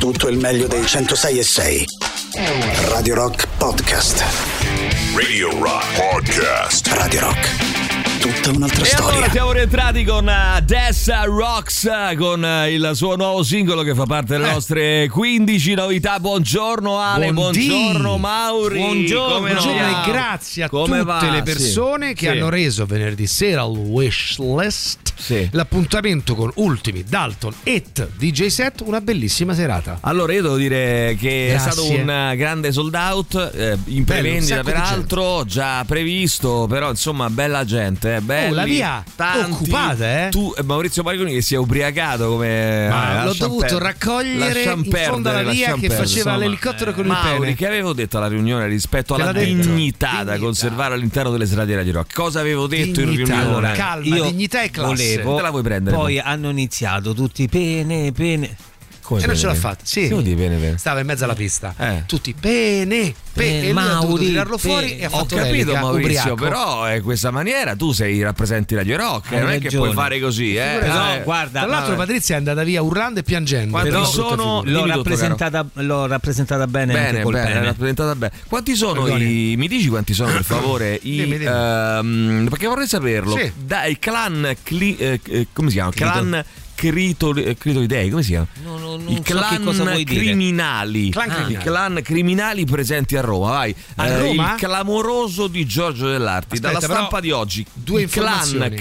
tutto il meglio dei 106.6. Radio Rock Podcast. Radio Rock Podcast. Radio Rock. Tutta un'altra storia. Allora siamo rientrati con Dessa Rocks, con il suo nuovo singolo che fa parte delle nostre 15 novità. Buongiorno Ale, buongiorno Mauri. Buongiorno e grazie a tutte le persone che hanno reso venerdì sera al Wishlist l'appuntamento con Ultimi, Dalton, It, DJ Set, una bellissima serata. Allora io devo dire che è stato un grande sold out, in prevendita peraltro, già previsto, però insomma bella gente. Belli, la via tanti, occupata, tu Maurizio Marconi che si è ubriacato come l'ho dovuto raccogliere in fondo alla via che faceva l'elicottero con il pene. Mauri, che avevo detto alla riunione rispetto alla dignità da conservare all'interno delle serate di Radio Rock? Cosa avevo detto in riunione? Allora, calma, dignità e classe. Te la vuoi prendere? Poi hanno iniziato tutti pene. E non ce l'ha fatta. Sì. Bene. Stava in mezzo alla pista. Tutti pene. E lui ha dovuto tirarlo fuori e ha fatto capito Maurizio, ubriaco. però è questa maniera tu rappresenti Radio Rock, non è che puoi fare così, No, guarda, tra l'altro Patrizia è andata via urlando e piangendo. Quanti sono? L'ho rappresentata bene col pene. Rappresentata bene. Quanti sono mi dici quanti sono per favore perché vorrei saperlo. Sì. Dai, clan come si chiama? Clan Critolidei, come si chiama? I clan criminali. I clan criminali presenti a Roma, vai. Il clamoroso di Giorgio Dell'Arti. Dalla stampa di oggi. I clan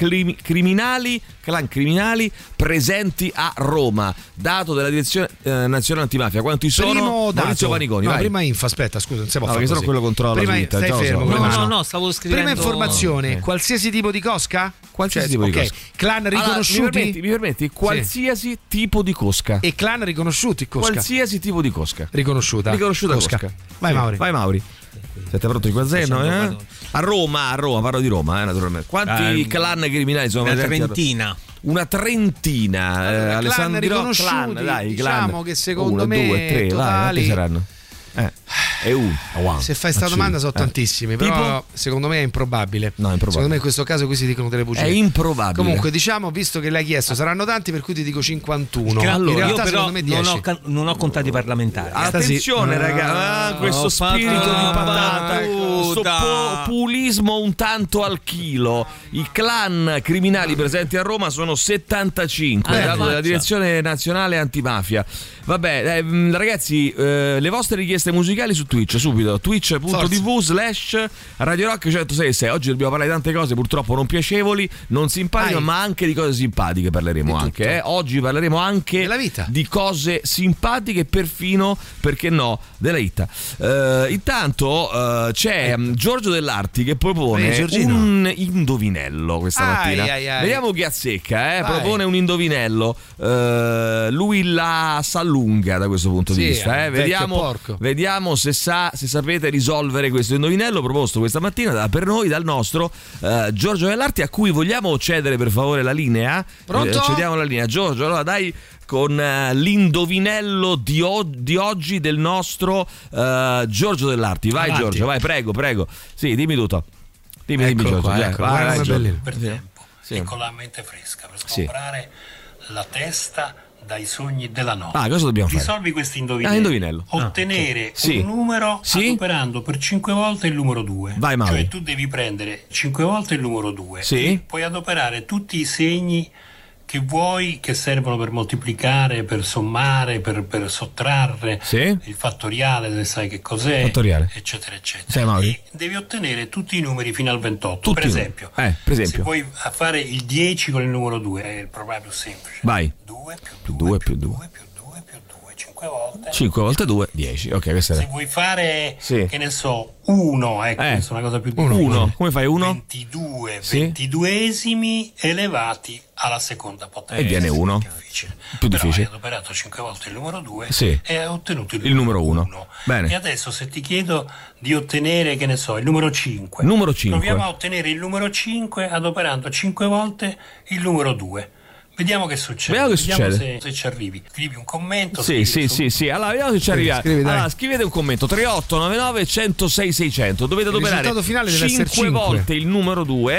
criminali presenti a Roma. Dato della Direzione Nazionale Antimafia. Quanti sono? Maurizio Paniconi, vai. Prima info, aspetta, scusa, non si può fare perché così. sennò quello controlla prima tutta. Stai fermo. No, stavo scrivendo. Prima informazione, qualsiasi tipo di cosca? Qualsiasi tipo di cosca. Clan riconosciuti? Mi permetti? Qualsiasi tipo di cosca. E clan riconosciuti, cosca. Qualsiasi tipo di cosca. Riconosciuta cosca. Vai Mauri. Siete pronti qua zeno? A Roma, parlo di Roma, naturalmente. Quanti clan criminali sono presenti? Una trentina. Clan riconosciuti, clan, dai, diciamo che secondo 1, me 2, 3, quanti saranno? E se fai sta domanda sono tantissimi, però secondo me è improbabile. No, è improbabile. Secondo me in questo caso qui si dicono delle bugie. È improbabile. Comunque diciamo, visto che l'hai chiesto, saranno tanti, per cui ti dico 51. Allora, in realtà io però secondo me 10. non ho contati parlamentari. Attenzione raga, questo spirito di patata, questo populismo un tanto al chilo. I clan criminali presenti a Roma sono 75, dato della Direzione Nazionale Antimafia. Vabbè, ragazzi, le vostre richieste musicali su Twitch, subito, twitch.tv/Radio Rock 106.6. Oggi dobbiamo parlare di tante cose purtroppo non piacevoli, non simpatiche, ma anche di cose simpatiche parleremo anche. Oggi parleremo anche della vita, di cose simpatiche, perfino, perché no, della vita. Intanto c'è Giorgio Dell'Arti che propone un indovinello questa mattina. Vediamo chi azzecca, propone un indovinello. Lui la s'allunga da questo punto di vista. Vediamo se sapete risolvere questo indovinello proposto questa mattina per noi dal nostro Giorgio Dell'Arti, a cui vogliamo cedere per favore la linea. Pronto? Cediamo la linea. Giorgio, allora dai con l'indovinello di oggi del nostro Giorgio Dell'Arti. Vai avanti. Giorgio, vai, prego. Sì, dimmi tutto. Dimmi Giorgio. Vai, per tempo e con la mente fresca per comprare la testa dai sogni della notte. Cosa dobbiamo fare? Risolvi questo indovinello. Ottenere un numero adoperando per 5 volte il numero 2. Vai, Mauri. Cioè tu devi prendere 5 volte il numero 2. Puoi adoperare tutti i segni che vuoi, che servono per moltiplicare, per sommare, per sottrarre, il fattoriale, sai che cos'è, eccetera eccetera. E devi ottenere tutti i numeri fino al 28. Per esempio, se vuoi fare il 10 con il numero 2 è il problema più semplice. Vai. 2 più 2 più 2 più 2 più 2, 5 volte 2, 10. Ok, questa se vuoi fare che ne so 1, questa è una cosa più difficile. 1, come fai 1? 22 22esimi elevati alla seconda potenza. E viene 1. Più difficile. Hai adoperato 5 volte il numero 2 e hai ottenuto il numero 1. Bene. E adesso se ti chiedo di ottenere, che ne so, il numero 5. Proviamo a ottenere il numero 5 adoperando 5 volte il numero 2. Vediamo che succede. Vediamo se ci arrivi. Scrivi un commento. Sì. Allora, vediamo se ci arriviamo. Allora, scrivete un commento 3899 106 600. Dovete adoperare 5 volte il numero 2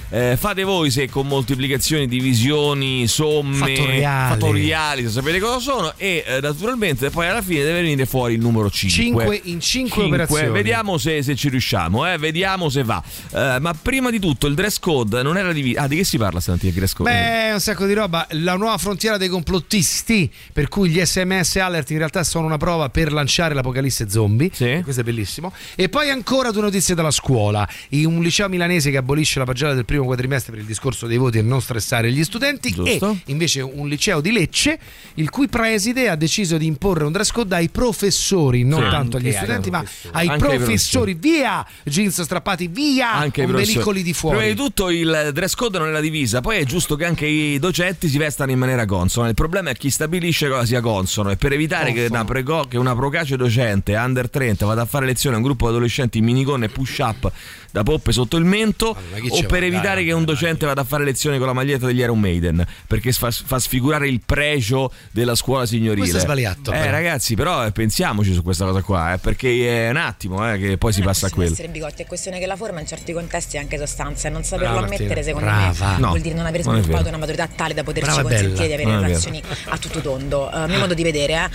Fate voi se con moltiplicazioni, divisioni, somme, fattoriali, se sapete cosa sono, e naturalmente poi alla fine deve venire fuori il numero 5 in 5 operazioni. Vediamo se ci riusciamo, vediamo se va. Ma prima di tutto il dress code non era diviso. Di che si parla stamattina? Dress code? Beh, un sacco di roba. La nuova frontiera dei complottisti, per cui gli SMS alert in realtà sono una prova per lanciare l'apocalisse zombie. Sì. Questo è bellissimo. E poi ancora 2 notizie dalla scuola. Un liceo milanese che abolisce la pagella del primo quadrimestre per il discorso dei voti e non stressare gli studenti. Giusto. E invece un liceo di Lecce, il cui preside ha deciso di imporre un dress code ai professori, non tanto agli studenti, ma ai professori. Via jeans strappati, via anche ombeliccoli di fuori. Prima di tutto il dress code non è la divisa, poi è giusto che anche i docenti si vestano in maniera consona. Il problema è chi stabilisce cosa sia consono, e per evitare che una procace docente under 30 vada a fare lezione a un gruppo di adolescenti in minigonne e push up da poppe sotto il mento, o per evitare che un docente vada a fare lezione con la maglietta degli Iron Maiden, perché fa sfigurare il pregio della scuola signorile. Questo è sbagliato. Ragazzi, però pensiamoci su questa cosa qua, perché è un attimo che poi si passa a quello. Essere bigotti, è questione che la forma in certi contesti è anche sostanza, e non saperlo ammettere secondo me vuol dire non aver sviluppato una maturità tale da poterci consentire di avere relazioni a tutto tondo. Mio modo di vedere,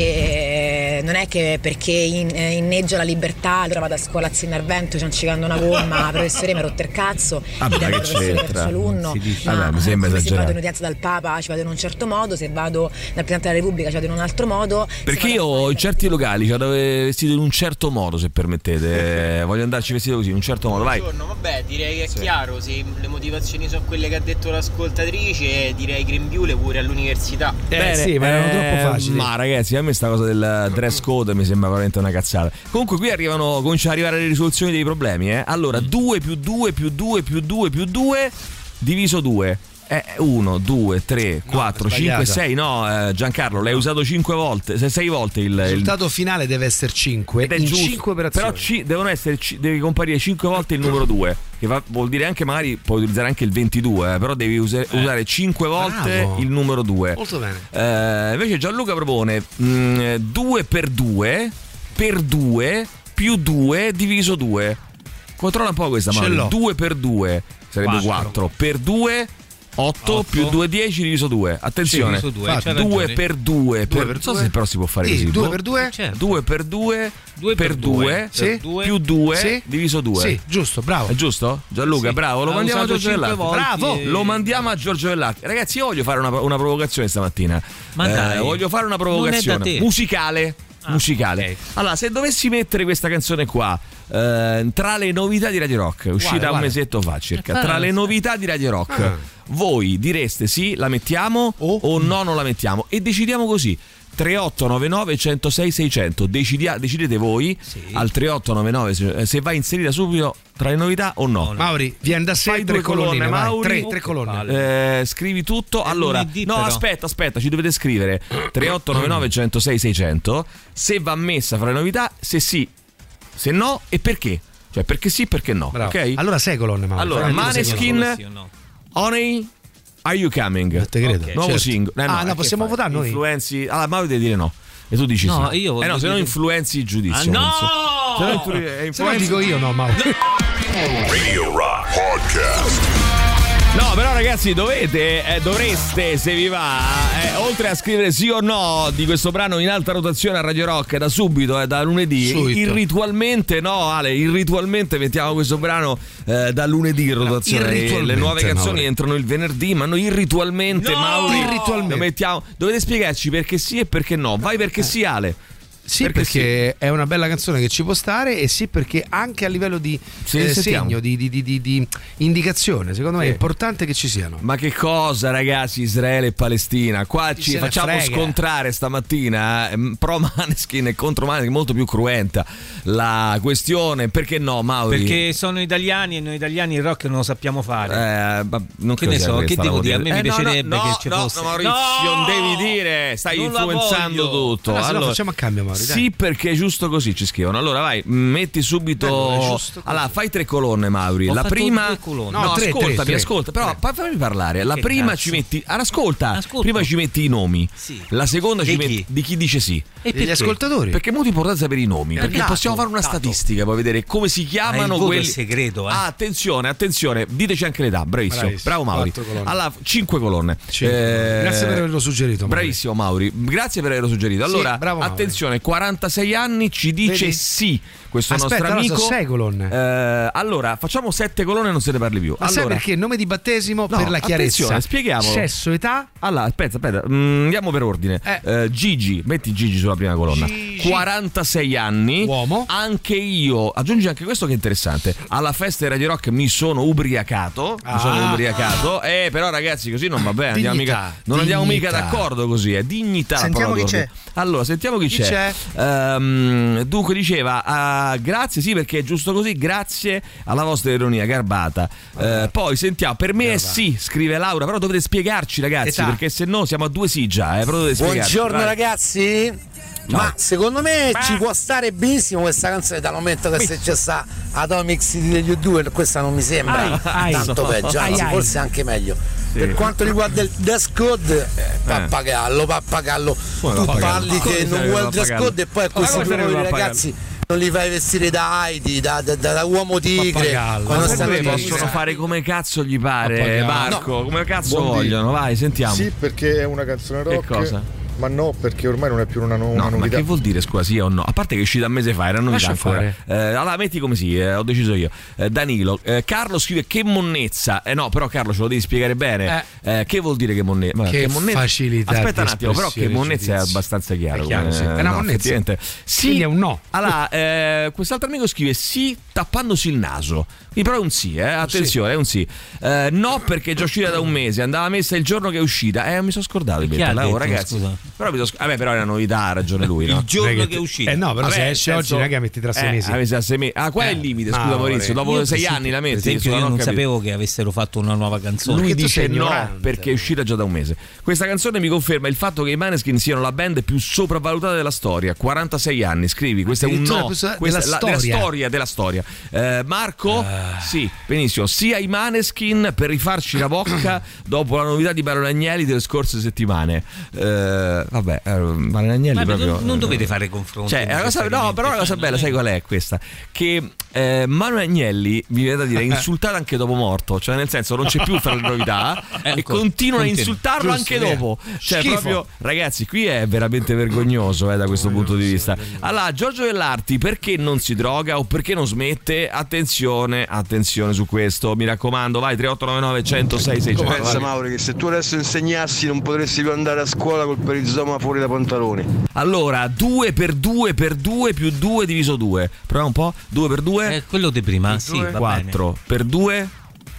e non è che perché inneggia la libertà allora vado a scuola a Zinnervento ciancicando una gomma, professore mi ha rotto il cazzo, il professore verso l'alunno, mi sembra esagerato. Se vado in udienza dal Papa ci vado in un certo modo, se vado dal Presidente della Repubblica ci vado in un altro modo. Perché io in certi locali vado vestito in un certo modo, se permettete, voglio andarci vestito così in un certo modo. Vai. Vabbè, direi che è chiaro, se le motivazioni sono quelle che ha detto l'ascoltatrice, direi grembiule pure all'università. Sì, ma erano troppo facili. Ma ragazzi, a me sta cosa del dress code mi sembra veramente una cazzata. Comunque qui cominciano ad arrivare le risoluzioni dei problemi, Allora 2 più 2 più 2 più 2 più 2 diviso 2 1, 2, 3, 4, 5, 6. No, Giancarlo, l'hai usato 5 volte, 6 volte il risultato finale deve essere 5 in 5 operazioni. Però devi comparire 5 volte il numero 2, che vuol dire anche magari puoi utilizzare anche il 22, però devi usare 5 volte il numero 2. Molto bene. Invece Gianluca propone 2 per 2 per 2 più 2 diviso 2. Controlla un po' questa, mano. 2 per 2 sarebbe 4 per 2 8 più 2 10 diviso 2. Attenzione, 2 per 2 non so se però si può fare così. 2 per 2 2 per 2 per 2 più 2 diviso 2. Sì, giusto, bravo. È giusto? Gianluca, bravo. Lo mandiamo a Giorgio Vellati. Bravo. Lo mandiamo a Giorgio Vellati. Ragazzi, io voglio fare una provocazione stamattina. Voglio fare una provocazione musicale. Okay. Allora, se dovessi mettere questa canzone qua tra le novità di Radio Rock, uscita un mesetto fa circa, tra le novità di Radio Rock, voi direste sì, la mettiamo o no, non la mettiamo, e decidiamo così. 3899 106 600 decidete voi al 3899 se va inserita subito tra le novità o no. Mauri, viene da sé 3 colonne, Mauri, 3 colonne. Scrivi tutto. Allora, aspetta, ci dovete scrivere 3899 106 600 se va messa fra le novità, se sì, se no e perché. Cioè perché sì, perché no. Ok? Allora 6 colonne, Mauri. Allora, Maneskin, Honey, Are You Coming? Te credo. Nuovo singolo. No, possiamo votare noi. Influenzi. Allora, Mauro deve dire no. E tu dici no, sì. Io no, se no influenzi il giudizio. No! Se no dico io no, Mauro. Radio Rock Podcast. No, però ragazzi dovreste, se vi va, oltre a scrivere sì o no di questo brano in alta rotazione a Radio Rock da subito, da lunedì, irritualmente mettiamo questo brano da lunedì in rotazione. Le nuove canzoni entrano il venerdì, ma noi irritualmente, Mauri, lo mettiamo. Dovete spiegarci perché sì e perché no. Vai perché sì, Ale. Sì, perché è una bella canzone che ci può stare, e sì perché anche a livello di segno, di indicazione, secondo me è importante che ci siano. Ma che cosa, ragazzi, Israele e Palestina? Qua ci facciamo scontrare stamattina pro Maneskin e contro Maneskin, molto più cruenta la questione. Perché no, Mauri? Perché sono italiani e noi italiani il rock non lo sappiamo fare. Non che ne so, che devo dire? A me mi piacerebbe che ci fosse. No, Maurizio, non devi dire, stai influenzando tutto. Allora facciamo a cambio, Mauri. Sì, perché è giusto così, ci scrivono. Allora vai, metti subito. Allora, fai 3 colonne, Mauri. La prima. No, ascoltami, ascolta. Però fammi parlare. La prima ci metti. Ascolta. Prima ci metti i nomi. La seconda ci metti di chi dice sì. E degli ascoltatori. Perché è molto importante sapere i nomi. Perché possiamo fare una statistica, poi vedere come si chiamano quelli. È segreto, attenzione, diteci anche l'età. Bravissimo. Bravo Mauri. Allora, 5 colonne. Grazie per averlo suggerito. Bravissimo Mauri. Grazie per averlo suggerito. Allora, attenzione, 46 anni ci dice sì. Questo nostro amico. Sono 6 colonne. Allora, facciamo 7 colonne e non se ne parli più. Ma sai perché? Nome di battesimo per la chiarezza. Spieghiamolo. Sesso, età. Allora, aspetta. Andiamo per ordine. Gigi, metti Gigi sulla prima colonna. 46 anni. Uomo. Anche io. Aggiungi anche questo che è interessante. Alla festa di Radio Rock mi sono ubriacato. Però ragazzi, così non va bene. Non andiamo mica d'accordo così. È dignità. Sentiamo chi c'è. Allora, sentiamo chi c'è. Dunque diceva grazie, sì, perché è giusto così, grazie alla vostra ironia garbata. Poi sentiamo, per me è sì, scrive Laura, però dovete spiegarci ragazzi, perché se no siamo a 2 sì già, però dovete spiegarci. Buongiorno ragazzi. Ciao. Ma secondo me ci può stare benissimo questa canzone, dal momento che se c'è sta Atomic City degli U2, questa non mi sembra tanto peggio, anzi forse anche meglio. Per quanto riguarda il dress code, pappagallo, tu parli che non vuoi il dress code e poi a questi ragazzi non li fai vestire da Heidi, da uomo tigre, quando possono fare come cazzo gli pare, Marco, come cazzo vogliono, vai, sentiamo. Sì, perché è una canzone rock. Che cosa? Ma no, perché ormai non è più una novità. Ma che vuol dire scusa, sì o no? A parte che è uscita un mese fa, era novità ancora. Allora metti come sì, ho deciso io. Danilo, Carlo scrive che monnezza. No, però Carlo ce lo devi spiegare bene. Che vuol dire che monnezza? Che facilità. Aspetta un attimo, però che monnezza è abbastanza chiaro. È chiaro, sì. È una monnezza. Sì, è un no. Allora, quest'altro amico scrive sì tappandosi il naso. Però è un sì, attenzione, è un sì. No, perché è già uscita da un mese, andava messa il giorno che è uscita. Mi sono scordato di ragazzi. Scusa. Però è una novità, ha ragione lui, no? Il giorno che è uscita. No, però se esce oggi non è che metti tra 6 mesi. Qual è il limite? Scusa Maurizio, dopo 6 anni la metti? Per esempio, io non sapevo che avessero fatto una nuova canzone. Lui dice no, perché è uscita già da un mese. Questa canzone mi conferma il fatto che i Maneskin siano la band più sopravvalutata della storia. 46 anni, scrivi, questo è un no. Questa è della storia. Marco? Sì, benissimo. Sia i Maneskin per rifarci la bocca dopo la novità di Manuel Agnelli delle scorse settimane. Manuel Agnelli proprio non dovete fare confronti. Però la cosa bella, sai qual è questa? Che Manuel Agnelli, mi viene da dire, è insultato anche dopo morto, cioè nel senso non c'è più fra le novità e continua a insultarlo anche dopo. Cioè proprio, ragazzi, qui è veramente vergognoso da questo punto di vista. Allora, Giorgio Dell'Arti, perché non si droga o perché non smette? Attenzione su questo, mi raccomando, vai 3899 106 600. Pensa Mauri che se tu adesso insegnassi non potresti più andare a scuola col perizoma fuori dai pantaloni. Allora, 2 per 2 per 2 più 2 diviso 2. Proviamo un po'. 2 per 2 quello di prima, sì, 4 per 2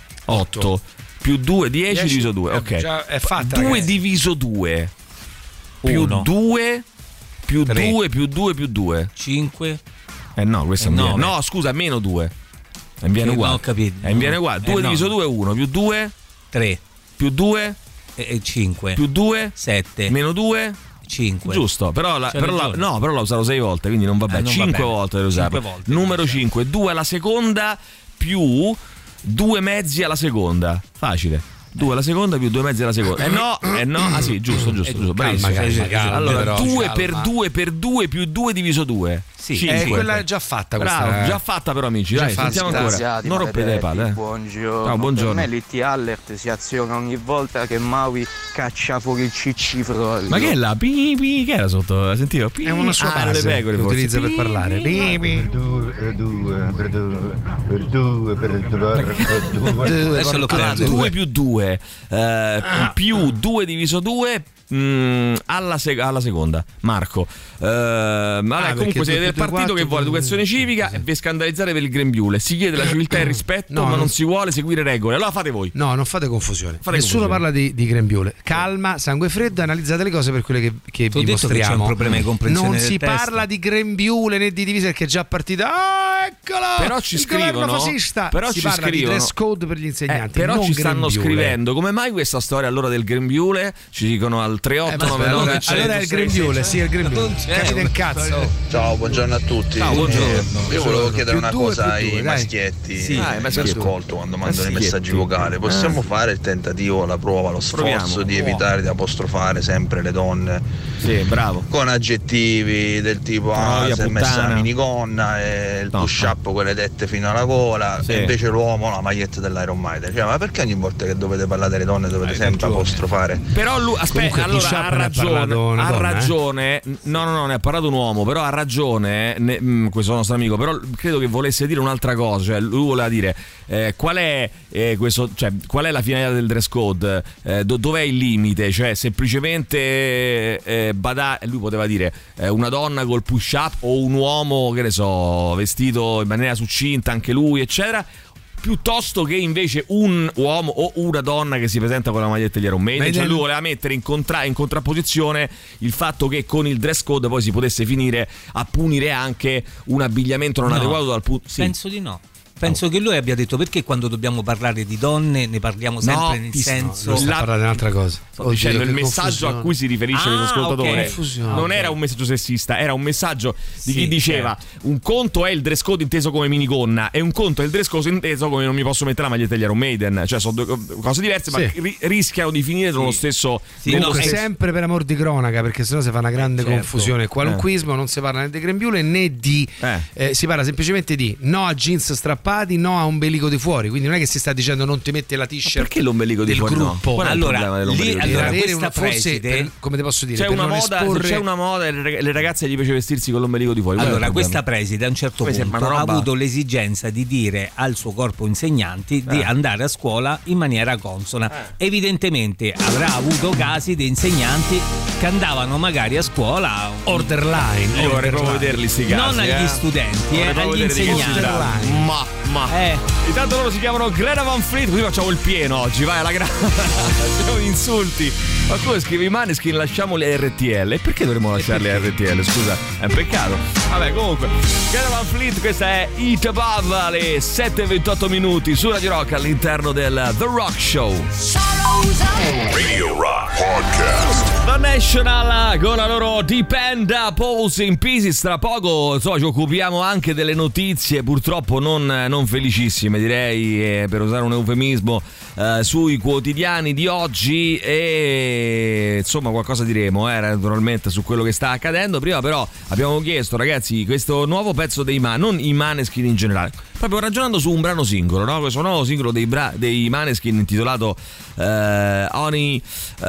8 più 2 10 diviso 2. Ok. Già è fatta, 2 ragazzi. diviso 2 più 2 più 3. 2 più 2 più 2 5. No, questo è no, scusa, meno 2. E viene uguale. Ho capito. E viene uguale. 2 diviso 2 è 1 più 2 3 più 2 5 più 2 7 meno 2 5. Giusto, però l'ho usato 6 volte, quindi non va bene. 5 volte l'ho usato. Numero 5, 2 alla seconda più 2 mezzi alla seconda. Facile. 2 alla seconda più 2 mezzi alla seconda. No. Ah sì, giusto. Bravissimo. Allora, 2 per 2 per 2 più 2 diviso 2. Sì, quella è già fatta. Bravo, già fatta però amici. Dai, sentiamo ancora. Non rompete le palle. Buongiorno. Per me l'IT Alert si aziona ogni volta che Maui caccia fuori il cicifrollo. Ma che è là? Che era sotto? Sentivo? È una sua base le pecore, che utilizza per parlare. Per 2 più 2 più 2 diviso 2 alla seconda. Marco, comunque siete del partito che vuole educazione civica e vi scandalizzate per il grembiule. Si chiede la civiltà e il rispetto, ma non si vuole seguire regole. Allora fate voi. No, non fate confusione. Nessuno parla di grembiule. Calma, sangue freddo, analizzate le cose per quelle che vi mostriamo. C'è un problema di comprensione non si parla di grembiule né di divisa, perché è già partita. però ci scrivono, però si ci parla scrivono di dress code per gli insegnanti, però non ci stanno grembiule. scrivendo come mai questa storia allora del grembiule, ci dicono al 3899 allora è il grembiule, sì, è il grembiule, capite un cazzo. Ciao, buongiorno a tutti. Ciao, buongiorno. Io volevo chiedere una cosa ai dai. maschietti Sì, che ascolto quando mandano i messaggi vocali. Possiamo fare il tentativo, la prova, lo sforzo di evitare di apostrofare sempre le donne? Sì, bravo. Con aggettivi del tipo si è messa la minigonna e il push up quelle dette fino alla gola, e invece l'uomo la maglietta dell'Iron Maiden. Cioè, ma perché ogni volta che dovete parlare delle donne dovete sempre apostrofare? Però lui, aspetta, allora ha ragione. No, ne ha parlato un uomo, però ha ragione questo nostro amico, però credo che volesse dire un'altra cosa, cioè lui voleva dire qual è questo, cioè qual è la finalità del dress code, dov'è il limite, cioè semplicemente lui poteva dire una donna col push up o un uomo, che ne so, vestito in maniera succinta anche lui, eccetera, piuttosto che invece un uomo o una donna che si presenta con la maglietta di Iron Maiden. Cioè lui voleva mettere in contrapposizione il fatto che con il dress code poi si potesse finire a punire anche un abbigliamento non adeguato dal punto. Penso di no. Penso che lui abbia detto perché quando dobbiamo parlare di donne ne parliamo sempre nel senso. Sta parlando di un'altra cosa. Sto dicendo il messaggio a cui si riferisce questo ascoltatore non era un messaggio sessista, era un messaggio di chi diceva un conto è il dress code inteso come minigonna e un conto è il dress code inteso come non mi posso mettere la maglietta degli Iron Maiden. Cioè sono due cose diverse, ma rischiano di finire nello stesso. Sempre per amor di cronaca, perché sennò si fa una grande confusione e qualunquismo. Non si parla né di grembiule né di si parla semplicemente di no a jeans strappati, no a ombelico di fuori. Quindi non è che si sta dicendo non ti metti la t-shirt. Ma perché l'ombelico di fuori gruppo? No? Allora avere una preside, come ti posso dire, c'è una moda le ragazze gli piace vestirsi con l'ombelico di fuori. Allora questa preside a un certo punto ha avuto l'esigenza di dire al suo corpo insegnanti di andare a scuola in maniera consona. Evidentemente avrà avuto casi di insegnanti che andavano magari a scuola borderline. Io vorrei proprio vederli sti casi, non agli studenti, agli insegnanti. Intanto loro si chiamano Greta Van Fleet, così facciamo il pieno oggi, vai alla grande. Siamo insulti. Qualcuno scrive i Maneskin lasciamoli a RTL. E perché dovremmo lasciarli a RTL? Scusa, è un peccato. Vabbè, comunque Greta Van Fleet, questa è Eat Above alle 7:28 minuti su Radio Rock all'interno del The Rock Show. Radio Rock Podcast. The National con la loro Depend Pose in Pieces. Tra poco ci occupiamo anche delle notizie purtroppo non felicissime, direi, per usare un eufemismo, sui quotidiani di oggi, e insomma qualcosa diremo naturalmente su quello che sta accadendo. Prima però abbiamo chiesto, ragazzi, questo nuovo pezzo non i Maneskin in generale, proprio ragionando su un brano singolo, no? Questo nuovo singolo dei Maneskin intitolato Honey,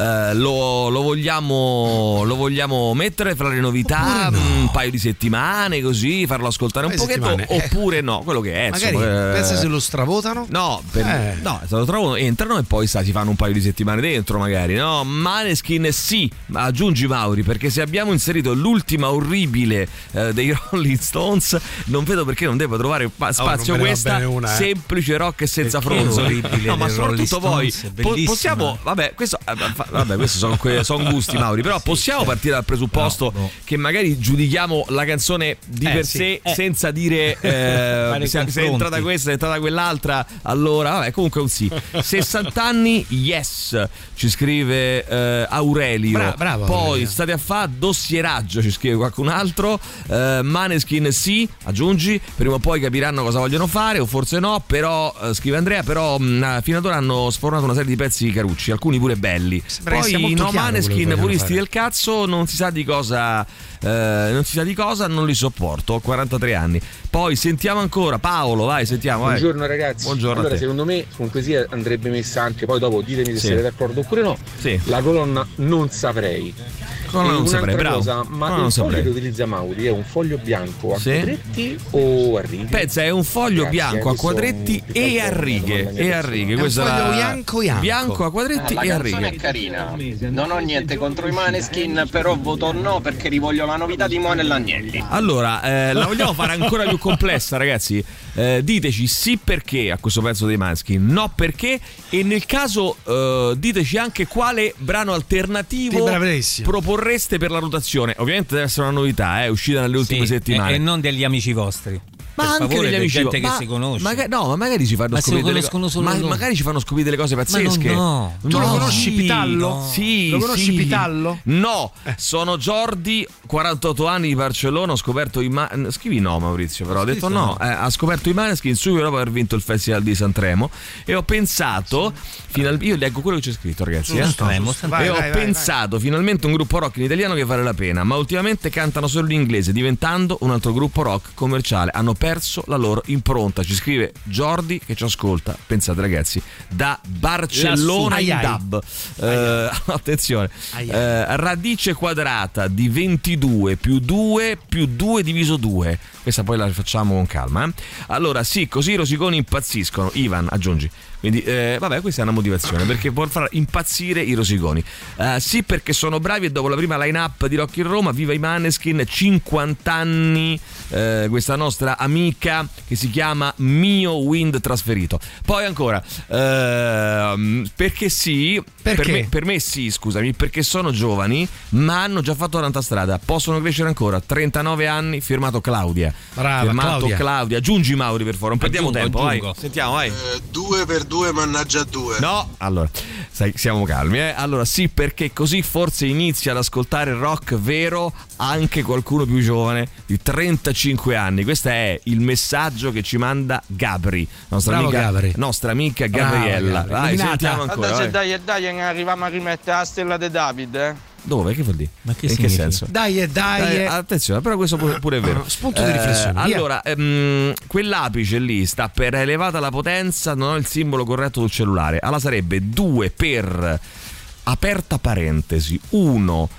lo vogliamo mettere fra le novità un paio di settimane, così farlo ascoltare un pochetto, oppure no, quello che è, magari pensa se lo stravotano. No, entrano e poi si fanno un paio di settimane dentro, magari, no? Maneskin sì, aggiungi Mauri, perché se abbiamo inserito l'ultima orribile dei Rolling Stones, non vedo perché non debba trovare spazio questa semplice rock e senza fronzo. No, ma soprattutto poi possiamo, questo sono gusti, Mauri, però possiamo partire dal presupposto che magari giudichiamo la canzone di per sé senza dire se è entrata questa, se è entrata quell'altra, allora comunque un sì. 60 anni, yes, ci scrive Aurelio. Bravo, poi Aurelio. State a fare dossieraggio, ci scrive qualcun altro. Maneskin sì, aggiungi, prima o poi capiranno cosa vogliono fare, o forse no, però scrive Andrea, però fino ad ora hanno sfornato una serie di pezzi carucci, alcuni pure belli. Poi no, Maneskin, puristi del cazzo, non si sa di cosa, non li sopporto, ho 43 anni. Poi sentiamo ancora Paolo, vai, sentiamo. Buongiorno ragazzi. Buongiorno. Allora, secondo me con poesia andrebbe messa anche, poi dopo ditemi se siete d'accordo oppure no, la colonna non saprei. Non saprei, bravo. Cosa, ma il foglio che utilizza Mauri è un foglio bianco a quadretti o a righe? Pensa, è un foglio bianco a quadretti e a righe. Questo è un foglio bianco a quadretti e a righe. La canzone è carina. Non ho niente contro i Maneskin, però voto no perché rivoglio la novità di Moane e l'Agnelli. Allora, la vogliamo fare ancora più complessa, ragazzi? Diteci sì perché a questo pezzo dei Maneskin, no perché, e nel caso diteci anche quale brano alternativo proporreste per la rotazione. Ovviamente deve essere una novità, uscita nelle ultime settimane. E non degli amici vostri. ma per anche favore, degli amici, gente che si conosce. Ma magari ci fanno scoprire magari ci fanno scoprire delle cose pazzesche. No. Tu lo conosci Pitallo? Sì. Lo conosci Pitallo? No, sono Jordi, 48 anni, di Barcellona, ho scoperto scrivi no Maurizio, però ho detto no, ha scoperto i Maneskin subito dopo aver vinto il Festival di Sanremo e ho pensato io leggo quello che c'è scritto, ragazzi, pensato finalmente un gruppo rock in italiano che vale la pena, ma ultimamente cantano solo in inglese, diventando un altro gruppo rock commerciale, hanno perso la loro impronta. Ci scrive Jordi che ci ascolta, pensate ragazzi, da Barcellona in dub. Attenzione, radice quadrata di 22 più 2 più 2 diviso 2, questa poi la facciamo con calma. Allora sì, così i rosiconi impazziscono. Ivan, aggiungi. Quindi vabbè, questa è una motivazione perché può far impazzire i rosiconi. Sì, perché sono bravi e dopo la prima line-up di Rock in Roma, viva i Maneskin, 50 anni, questa nostra amica che si chiama Mio Wind Trasferito. Poi ancora, perché sì, perché? Per me sì, scusami, perché sono giovani ma hanno già fatto tanta strada, possono crescere ancora. 39 anni, firmato Claudia. Brava, firmato Claudia. Aggiungi Mauri per favore, non perdiamo tempo, vai. Sentiamo, vai. 2 per 2 mannaggia 2. No, allora siamo calmi, Allora sì, perché così forse inizia ad ascoltare rock vero anche qualcuno più giovane di 35 anni. Questo è il messaggio che ci manda Gabri, nostra amica Gabriella. Vai, sentiamo ancora. Dai, arriviamo a rimettere la stella di Davide. Dove? Che vuol dire? Ma che in che senso? Dai. Attenzione, però questo pure è vero. Spunto di riflessione. Allora, quell'apice lì sta per elevata la potenza, non ho il simbolo corretto sul cellulare. Allora sarebbe 2 per aperta parentesi 1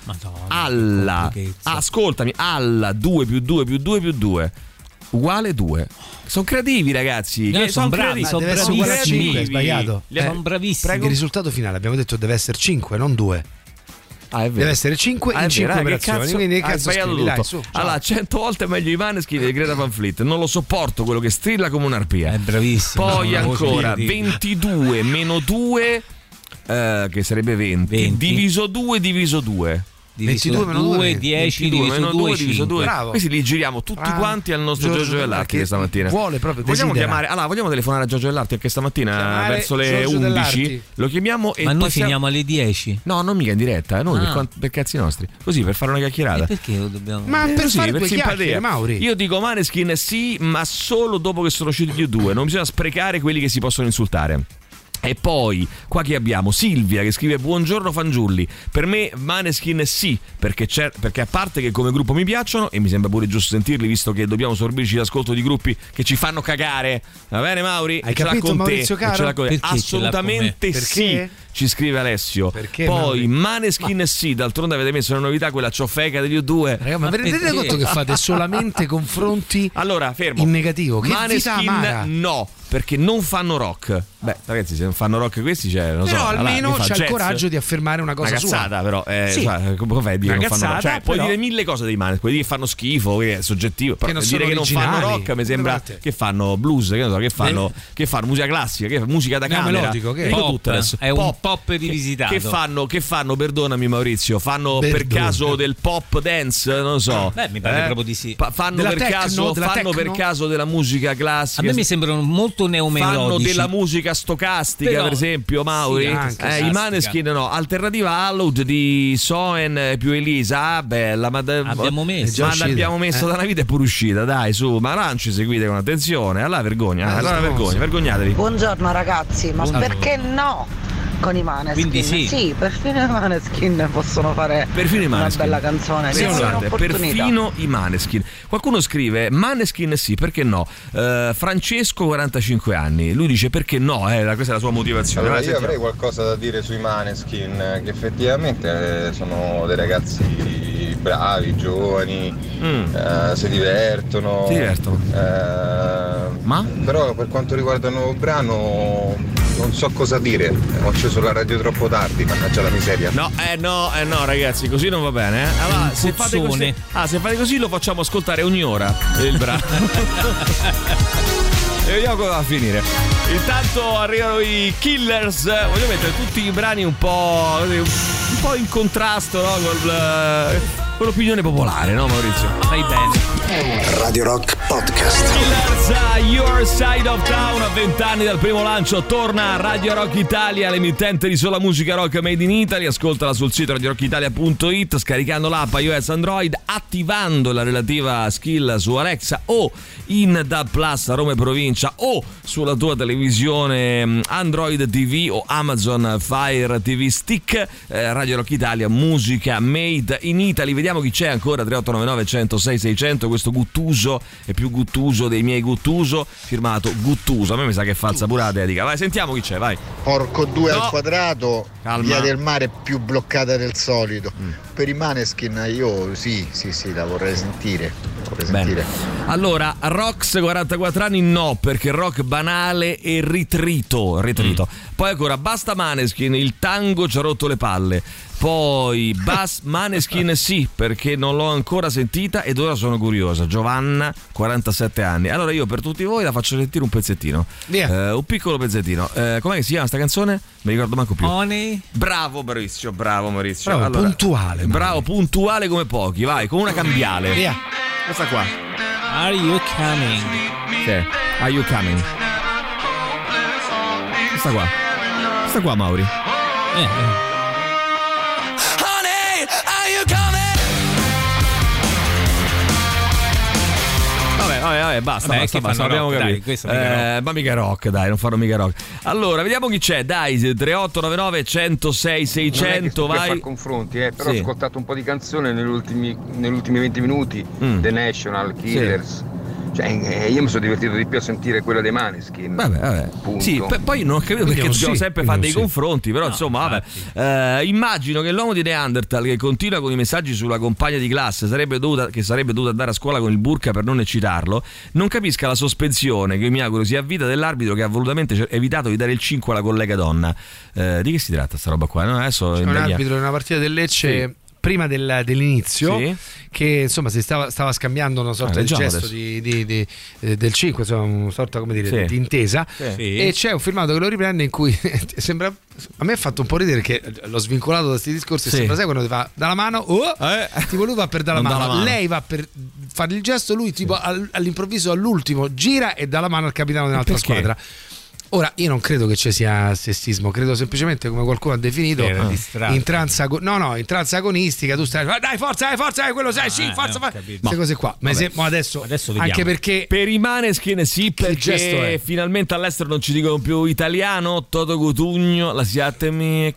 alla ascoltami, alla 2 più 2 più 2 più 2 uguale 2. Sono creativi, ragazzi. Sono bravi, sono bravissimi. È sbagliato. Sono bravissimi. Il risultato finale abbiamo detto deve essere 5, non 2. Deve essere 5 in 5 operazioni. Quindi hai sbagliato tutto. Dai, su, allora, 100 volte meglio i Maneskin di Greta Van Fleet. Non lo sopporto quello che strilla come un'arpia. È bravissimo. Poi ancora 22 meno 2 che sarebbe 20 diviso 2 diviso 2. 22 meno 2, 10 diviso 2, 5. Bravo. Questi li giriamo tutti quanti al nostro Giorgio Vellarti questa mattina. Vuole proprio vogliamo telefonare a Giorgio Vellarti anche stamattina verso le 11. Lo chiamiamo e ma noi finiamo alle 10. No, non mica in diretta, noi per cazzi nostri. Così per fare una chiacchierata. E perché lo dobbiamo? Ma per fare due chiacchiere, Mauri. Io dico Maneskin sì, ma solo dopo che sono usciti gli U2. Non bisogna sprecare quelli che si possono insultare. E poi qua che abbiamo Silvia che scrive: buongiorno Fangiulli, per me Maneskin sì, perché a parte che come gruppo mi piacciono e mi sembra pure giusto sentirli visto che dobbiamo sorbirci l'ascolto di gruppi che ci fanno cagare, va bene Mauri? Hai capito Maurizio Caro? Assolutamente sì, ci scrive Alessio. Perché, poi Maneskin sì, d'altronde avete messo una novità, quella ciofeca degli U2. Raga, ma vi rendete conto che fate solamente confronti allora, fermo. in negativo? Che Maneskin no, perché non fanno rock. Beh, ragazzi, se non fanno rock questi, non però so, almeno c'è il coraggio di affermare una cosa sua. Una cazzata, però. Sì. Come fai a dire una che non fanno rock? Cioè, puoi dire mille cose dei Maneskin, puoi dire che fanno schifo, che è soggettivo. Però che dire che non fanno rock mi sembra che fanno blues, che fanno musica classica, che musica da camera. Melodico, che è un pop rivisitato. Che fanno, perdonami Maurizio, fanno per caso del pop dance, non lo so. Beh, mi pare proprio di sì. Fanno per caso della musica classica. A me mi sembrano molto neomelodici. Fanno della musica stocastica, però, per esempio, Mauri. Sì, i Maneskin no. Alternativa Hallowed di Soen più Elisa. Bella, ma abbiamo messo. Ma l'abbiamo messo da una vita, è pure uscita. Dai, su, ma non ci seguite con attenzione. Allora vergognatevi. Buongiorno ragazzi, ma perché no? Con i Maneskin. Quindi sì, perfino i Maneskin possono fare una bella canzone. Perfino i Maneskin. Qualcuno scrive Maneskin sì, perché no? Francesco 45 anni, lui dice perché no, questa è la sua motivazione. Allora, io avrei qualcosa da dire sui Maneskin, che effettivamente sono dei ragazzi bravi, giovani, si divertono. Ma? Però per quanto riguarda il nuovo brano non so cosa dire, ho acceso la radio troppo tardi, mannaggia la miseria. No, ragazzi, così non va bene. Allora, se fate così lo facciamo ascoltare ogni ora il brano. E vediamo come va a finire. Intanto arrivano i Killers. Voglio mettere tutti i brani un po' in contrasto, no? l'opinione popolare, no Maurizio? Fai bene. Radio Rock Podcast. Your Side of Town, a 20 anni dal primo lancio, torna a Radio Rock Italia, l'emittente di sola musica rock made in Italy. Ascoltala sul sito radiorockitalia.it, scaricando l'app iOS Android, attivando la relativa skill su Alexa o in DAB Plus a Roma e provincia, o sulla tua televisione Android TV o Amazon Fire TV Stick. Radio Rock Italia, musica made in Italy. Vediamo chi c'è ancora. 3899 106 600. Questo Guttuso è più Guttuso dei miei Guttuso, firmato Guttuso. A me mi sa che è falsa pura dedica. Vai, sentiamo chi c'è, vai. Porco 2 al quadrato. Calma. Via del Mare più bloccata del solito. Per i Maneskin io sì, la vorrei sentire. Allora, Rox 44 anni no, perché rock banale e ritrito. Poi ancora basta Maneskin, il tango ci ha rotto le palle. Poi Maneskin sì, perché non l'ho ancora sentita ed ora sono curiosa. Giovanna, 47 anni. Allora io per tutti voi la faccio sentire un pezzettino, un piccolo pezzettino. Com'è che si chiama sta canzone? Mi ricordo manco più. Honey. Bravo Maurizio. Bravo, allora, puntuale. Bravo, puntuale come pochi. Vai, con una cambiale. Via. Questa qua. Are you coming? Sì. Are you coming? Questa qua Mauri. Vabbè, basta, abbiamo capito. Ma mica rock, dai, non farò mica rock. Allora, vediamo chi c'è, dai, 3899 106 600, vai. Fare confronti, però ho ascoltato un po' di canzone negli ultimi 20 minuti, The National, Killers. Cioè, io mi sono divertito di più a sentire quella dei Maneskin. Vabbè. Sì, poi non ho capito perché dobbiamo sempre fare dei confronti, però insomma, vabbè. Immagino che l'uomo di Neanderthal, che continua con i messaggi sulla compagna di classe, sarebbe dovuta andare a scuola con il burka per non eccitarlo, non capisca la sospensione, che io mi auguro sia a vita, dell'arbitro che ha volutamente evitato di dare il 5 alla collega donna. Di che si tratta sta roba qua? No, adesso c'è un arbitro in una partita del Lecce prima dell'inizio, che insomma si stava scambiando una sorta di gesto del 5, insomma una sorta, come dire, di intesa, e c'è un filmato che lo riprende in cui sembra, a me ha fatto un po' ridere che l'ho svincolato da questi discorsi, sembra, sai, quando ti fa dalla mano, tipo lui va per dare la mano, lei va per fare il gesto, lui tipo all'improvviso all'ultimo gira e dà la mano al capitano dell'altra squadra. Ora, io non credo che ci sia sessismo, credo semplicemente, come qualcuno ha definito, intranza agonistica. Tu stai, dai, forza, quello sai, forza, queste cose qua. Ma adesso anche perché per i Maneskin sì, perché finalmente all'estero non ci dicono più italiano, Toto Cutugno, lasciatemi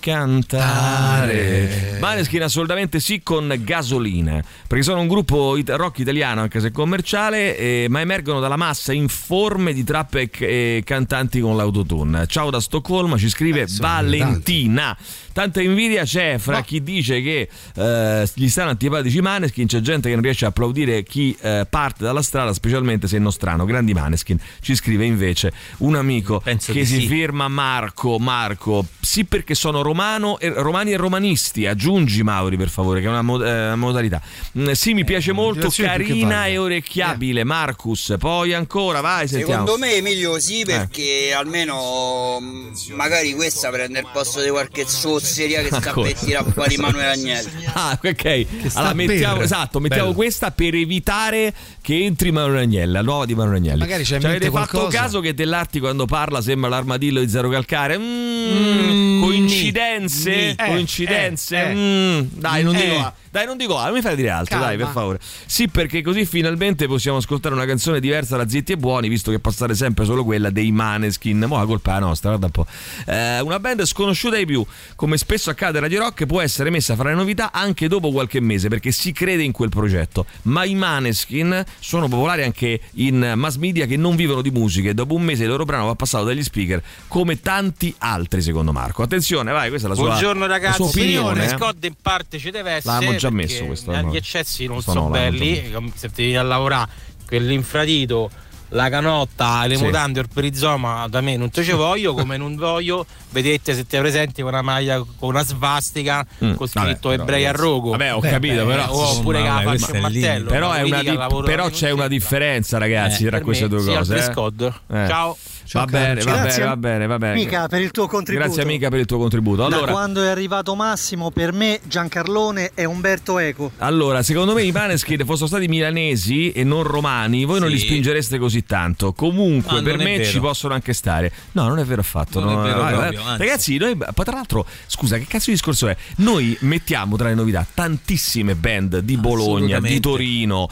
cantare. Maneskin assolutamente sì, con Gasolina, perché sono un gruppo rock italiano, anche se commerciale, ma emergono dalla massa informe di trap e cantanti con l'autotune. Ciao da Stoccolma, ci scrive Valentina. Tanta invidia c'è fra chi dice che gli stanno antipatici i Maneskin, c'è gente che non riesce a applaudire chi parte dalla strada, specialmente se è nostrano. Grandi Maneskin, ci scrive invece un amico che si firma Marco. Sì, perché sono romani e romanisti. Aggiungi Mauri, per favore, che è una modalità. Sì, mi piace molto, carina e orecchiabile. Marcus, poi ancora, vai, sentiamo. Secondo me Emilio sì, perché almeno magari questa prende il posto di qualche zozzeria che sta per tirare fuori Manuel Agnelli. Ok, allora mettiamo questa per evitare che entri Manuel Agnelli, la nuova di Manuel Agnelli. Magari c'è avete fatto caso che Dell'Arti quando parla sembra l'armadillo di Zero Calcare? Coincidenze? Dai, non dico, non mi fai dire altro. Calma. Dai, per favore. Sì, perché così finalmente possiamo ascoltare una canzone diversa da Zitti e Buoni, visto che passare sempre solo quella dei Maneskin. Mo' la colpa è la nostra, guarda un po'. Una band sconosciuta ai più, come spesso accade a Radio Rock, può essere messa fra le novità anche dopo qualche mese, perché si crede in quel progetto. Ma i Maneskin sono popolari anche in mass media che non vivono di musica, e dopo un mese il loro brano va passato dagli speaker come tanti altri, secondo Marco. Attenzione, vai, questa è la sua Buongiorno ragazzi, la sua opinione. Scott in parte ci deve essere. L'abbiamo già messo questo. Gli eccessi non sono belli, se devi a lavorare quell'infradito la canotta, le mutande, il perizoma da me non te ce voglio, come non voglio vedete se ti presenti con una maglia con una svastica con scritto ebrei a rogo. Vabbè, ho capito, però oppure che la faccia un martello. Però c'è una differenza, ragazzi, tra queste due cose. Ciao. Va bene. Mica per il tuo contributo. Grazie amica per il tuo contributo. Allora, da quando è arrivato Massimo, per me Giancarlone è Umberto Eco. Allora, secondo me i Maneskin fossero stati milanesi e non romani, voi non li spingereste così tanto. Comunque per me ci possono anche stare. No, non è vero affatto. Non è vero proprio, ragazzi, noi poi tra l'altro, scusa, che cazzo di discorso è? Noi mettiamo tra le novità tantissime band di Bologna, di Torino,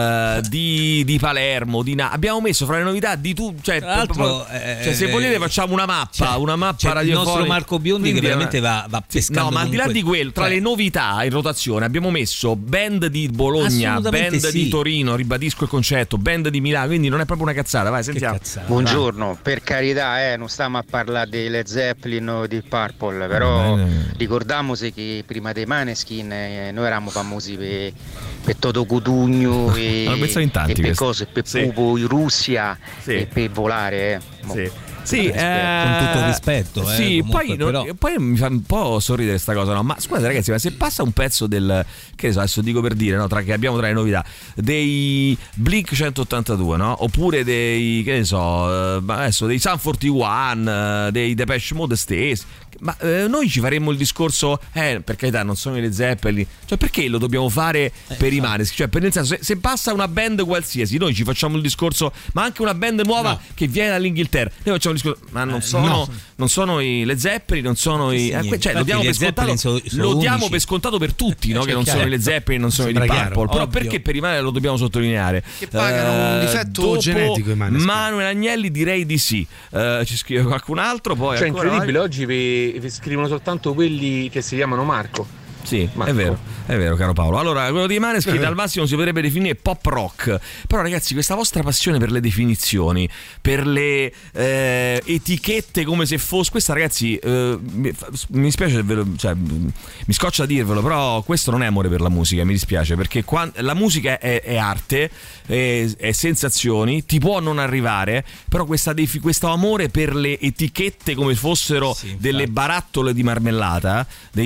di Palermo, abbiamo messo fra le novità di tutto, cioè se volete facciamo una mappa radiofonica. Il nostro Marco Biondi che veramente va pescando. No, ma al di là di quello, tra le novità in rotazione abbiamo messo band di Bologna, band di Torino, ribadisco il concetto, band di Milano, quindi non è proprio una cazzata, vai, sentiamo. Buongiorno, per carità, non stiamo a parlare dei Led Zeppelin o di Purple, però ricordiamoci che prima dei Maneskin noi eravamo famosi per Toto Cutugno e per cose, per Pupo in Russia e per volare. Sì, con tutto rispetto. Sì, comunque, poi mi fa un po' sorridere sta cosa, no? Ma scusate ragazzi, ma se passa un pezzo del, che ne so, adesso dico per dire, no? Che abbiamo tra le novità, dei Blink 182, no? Oppure dei, che ne so, adesso dei Sum 41, dei Depeche Mode stessi, ma noi ci faremmo il discorso, per carità, non sono i Led Zeppelin, cioè perché lo dobbiamo fare per i Maneskin? Cioè, nel senso, se passa una band qualsiasi, noi ci facciamo il discorso, ma anche una band nuova che viene dall'Inghilterra, noi facciamo il discorso, ma non sono i Led Zeppelin, non sono cioè lo diamo per scontato, lo diamo per scontato per tutti, no? Che non sono i Led Zeppelin, non sono i Deep Purple, però perché per i Maneskin lo dobbiamo sottolineare? Che pagano un difetto genetico i Maneskin. Manuel Agnelli direi di sì. Ci scrive qualcun altro, poi cioè incredibile, oggi vi scrivono soltanto quelli che si chiamano Marco. Sì, è vero caro Paolo. Allora, quello di Maneskin al massimo si potrebbe definire pop rock. Però ragazzi, questa vostra passione per le definizioni, per le etichette come se fosse, questa ragazzi mi spiace, cioè, mi scoccia a dirvelo, però questo non è amore per la musica, mi dispiace, perché la musica è arte, è sensazioni, ti può non arrivare, però questo amore per le etichette come fossero delle barattole di marmellata,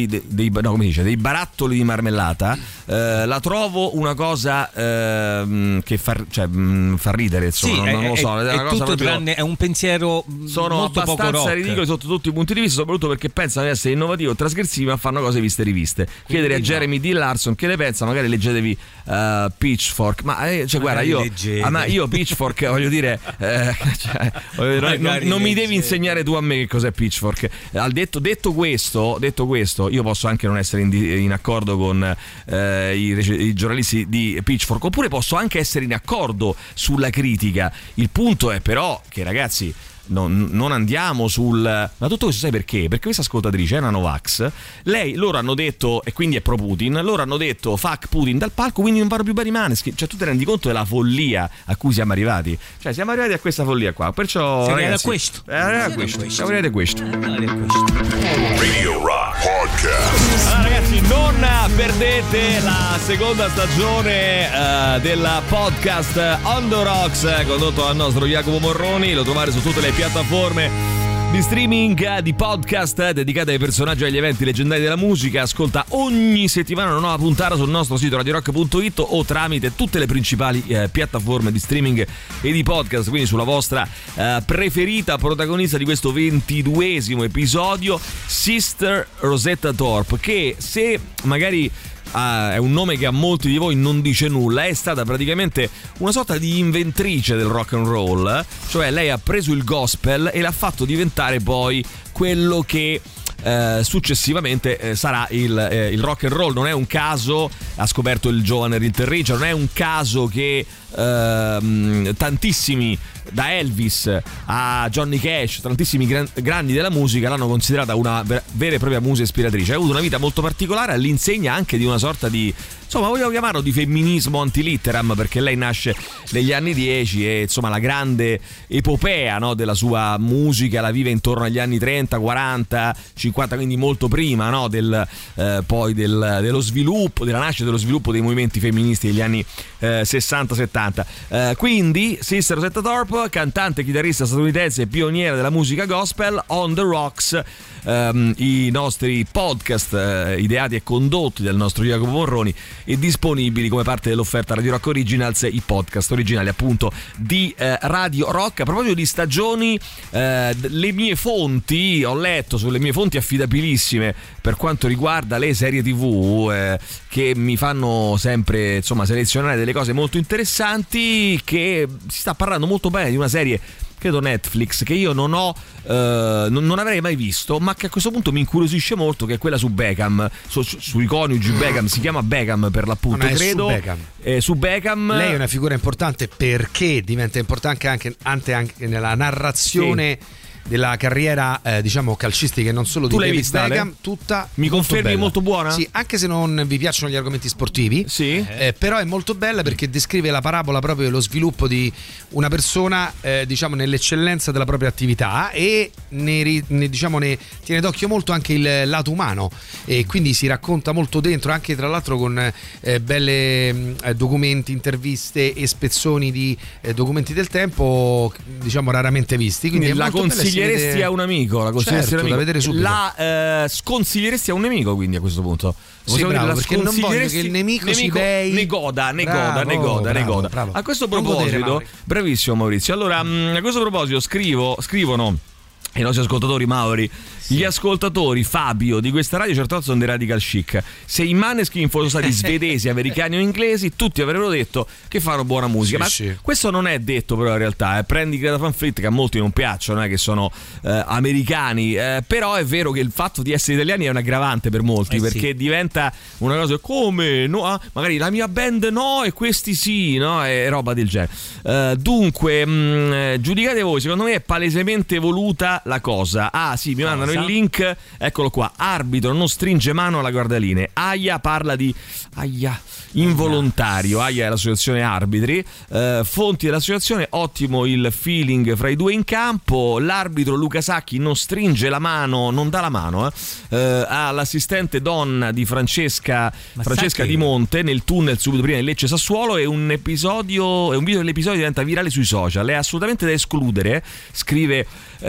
dei barattoli di marmellata, la trovo una cosa che fa ridere, insomma. Non lo so, è cosa tutto tranne, è un pensiero sono molto abbastanza ridicoli sotto tutti i punti di vista, soprattutto perché pensano di essere innovativi o trasgressivi, ma fanno cose viste e riviste. Chiedere a Jeremy D. Larson che ne pensa, magari leggetevi Pitchfork, ma guarda, io Pitchfork voglio dire, non mi devi insegnare tu a me che cos'è Pitchfork. Detto questo, io posso anche non essere in accordo con i giornalisti di Pitchfork, oppure posso anche essere in accordo sulla critica. Il punto è però che, ragazzi, non andiamo ma tutto questo sai perché? Perché questa ascoltatrice è una Novax, loro hanno detto, e quindi è pro Putin, loro hanno detto fuck Putin dal palco, quindi non vanno più bene i Maneskin. Cioè tu ti rendi conto della follia a cui siamo arrivati? Cioè siamo arrivati a questa follia qua, perciò ragazzi, siamo arrivati a questo. Radio Rock Podcast. Allora ragazzi, non perdete la seconda stagione della podcast On The Rocks, condotto dal nostro Jacopo Morroni. Lo trovate su tutte le piattaforme di streaming, di podcast dedicate ai personaggi e agli eventi leggendari della musica. Ascolta ogni settimana una nuova puntata sul nostro sito radiorock.it o tramite tutte le principali piattaforme di streaming e di podcast, quindi sulla vostra preferita. Protagonista di questo 22esimo episodio, Sister Rosetta Tharpe, che se magari è un nome che a molti di voi non dice nulla, è stata praticamente una sorta di inventrice del rock and roll, cioè lei ha preso il gospel e l'ha fatto diventare poi quello che successivamente sarà il rock and roll. Non è un caso, ha scoperto il giovane Little Richard, non è un caso che tantissimi, da Elvis a Johnny Cash, tantissimi grandi della musica l'hanno considerata una vera e propria musa ispiratrice. Ha avuto una vita molto particolare, all'insegna anche di una sorta di, insomma, vogliamo chiamarlo di femminismo antilitteram, perché lei nasce negli anni 10 e insomma la grande epopea, no, della sua musica la vive intorno agli anni 30, 40, 50 50, quindi molto prima, no, poi dello sviluppo, della nascita e dello sviluppo dei movimenti femministi degli anni 60-70. Quindi Sister Rosetta Tharpe, cantante e chitarrista statunitense e pioniera della musica gospel. On the Rocks, i nostri podcast ideati e condotti dal nostro Jacopo Morroni e disponibili come parte dell'offerta Radio Rock Originals, i podcast originali appunto di Radio Rock. A proposito di stagioni, le mie fonti, ho letto sulle mie fonti affidabilissime per quanto riguarda le serie TV, che mi fanno sempre, insomma, selezionare delle cose molto interessanti, che si sta parlando molto bene di una serie, credo Netflix, che io non avrei mai visto, ma che a questo punto mi incuriosisce molto, che è quella su Beckham, sui coniugi Beckham. Si chiama Beckham per l'appunto, credo. Su Beckham. Lei è una figura importante perché diventa importante anche nella narrazione, sì, della carriera diciamo calcistica e non solo di David Beckham, tutta. Mi confermi bella. Molto buona? Sì, anche se non vi piacciono gli argomenti sportivi, sì, però è molto bella perché descrive la parabola proprio dello sviluppo di una persona diciamo nell'eccellenza della propria attività, e ne tiene d'occhio molto anche il lato umano, e quindi si racconta molto dentro, anche tra l'altro con belle documenti, interviste e spezzoni di documenti del tempo, diciamo raramente visti. Quindi la consiglieresti a un amico? La consiglieresti certo, a un amico. Da vedere subito. La sconsiglieresti a un nemico, quindi a questo punto? Sì, bravo, perché non voglio che il nemico si bei... ne goda. A questo proposito, bravissimo Maurizio. Allora, a questo proposito scrivono i nostri ascoltatori Mauri. Gli ascoltatori Fabio di questa radio certo sono dei radical chic. Se i Maneskin fossero stati svedesi, americani o inglesi, tutti avrebbero detto che fanno buona musica. Ma questo non è detto, però in realtà prendi Greta Van Fleet, che a molti non piacciono, che sono americani, però è vero che il fatto di essere italiani è un aggravante per molti, perché diventa una cosa come no, magari la mia band no e questi sì, no, e roba del genere. Dunque giudicate voi, secondo me è palesemente voluta la cosa. Ah sì, mi mandano il link, eccolo qua. Arbitro non stringe mano alla guardaline. AIA parla di involontario. AIA è l'associazione arbitri. Fonti dell'associazione: ottimo il feeling fra i due in campo. L'arbitro Luca Sacchi non stringe la mano, non dà la mano all'assistente donna di Francesca Di Monte nel tunnel subito prima di Lecce Sassuolo. È un video dell'episodio diventa virale sui social. È assolutamente da escludere, scrive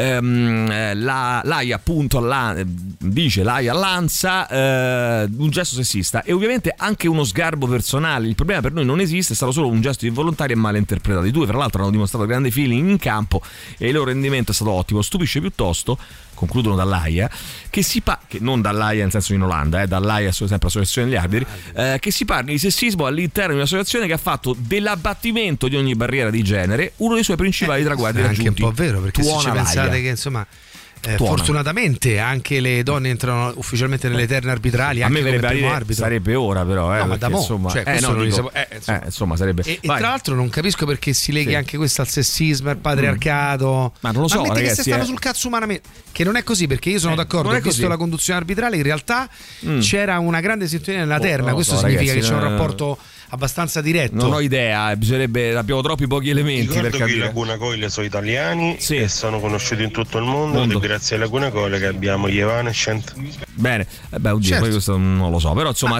l'AIA, appunto, dice l'AIA Lanza, un gesto sessista e ovviamente anche uno sgarbo personale. Il problema per noi non esiste, è stato solo un gesto involontario e male interpretato. I due fra l'altro hanno dimostrato grande feeling in campo e il loro rendimento è stato ottimo. Stupisce piuttosto, concludono dall'AIA, che non dall'AIA nel senso in Olanda, dall'AIA sempre l'associazione degli arbitri, che si parli di sessismo all'interno di un'associazione che ha fatto dell'abbattimento di ogni barriera di genere uno dei suoi principali traguardi raggiunti. È anche un po' vero, perché se ci pensate che insomma fortunatamente anche le donne entrano ufficialmente nelle terne arbitrali. A anche me sarebbe ora, però no, ma da mo', insomma, insomma sarebbe. E tra l'altro non capisco perché si leghi anche questo al sessismo, al patriarcato. Ma non lo so, ragazzi, che se stanno sul cazzo umanamente, che non è così, perché io sono d'accordo, ho visto la conduzione arbitrale, in realtà c'era una grande sintonia nella terna. Questo significa che c'è un rapporto abbastanza diretto. Non ho idea, abbiamo troppi pochi elementi. Ricordo per capire che i Laguna Coil sono italiani e sono conosciuti in tutto il mondo. Ed è grazie ai Laguna Coil che abbiamo gli Evanescent. Bene, oddio, poi questo non lo so, però insomma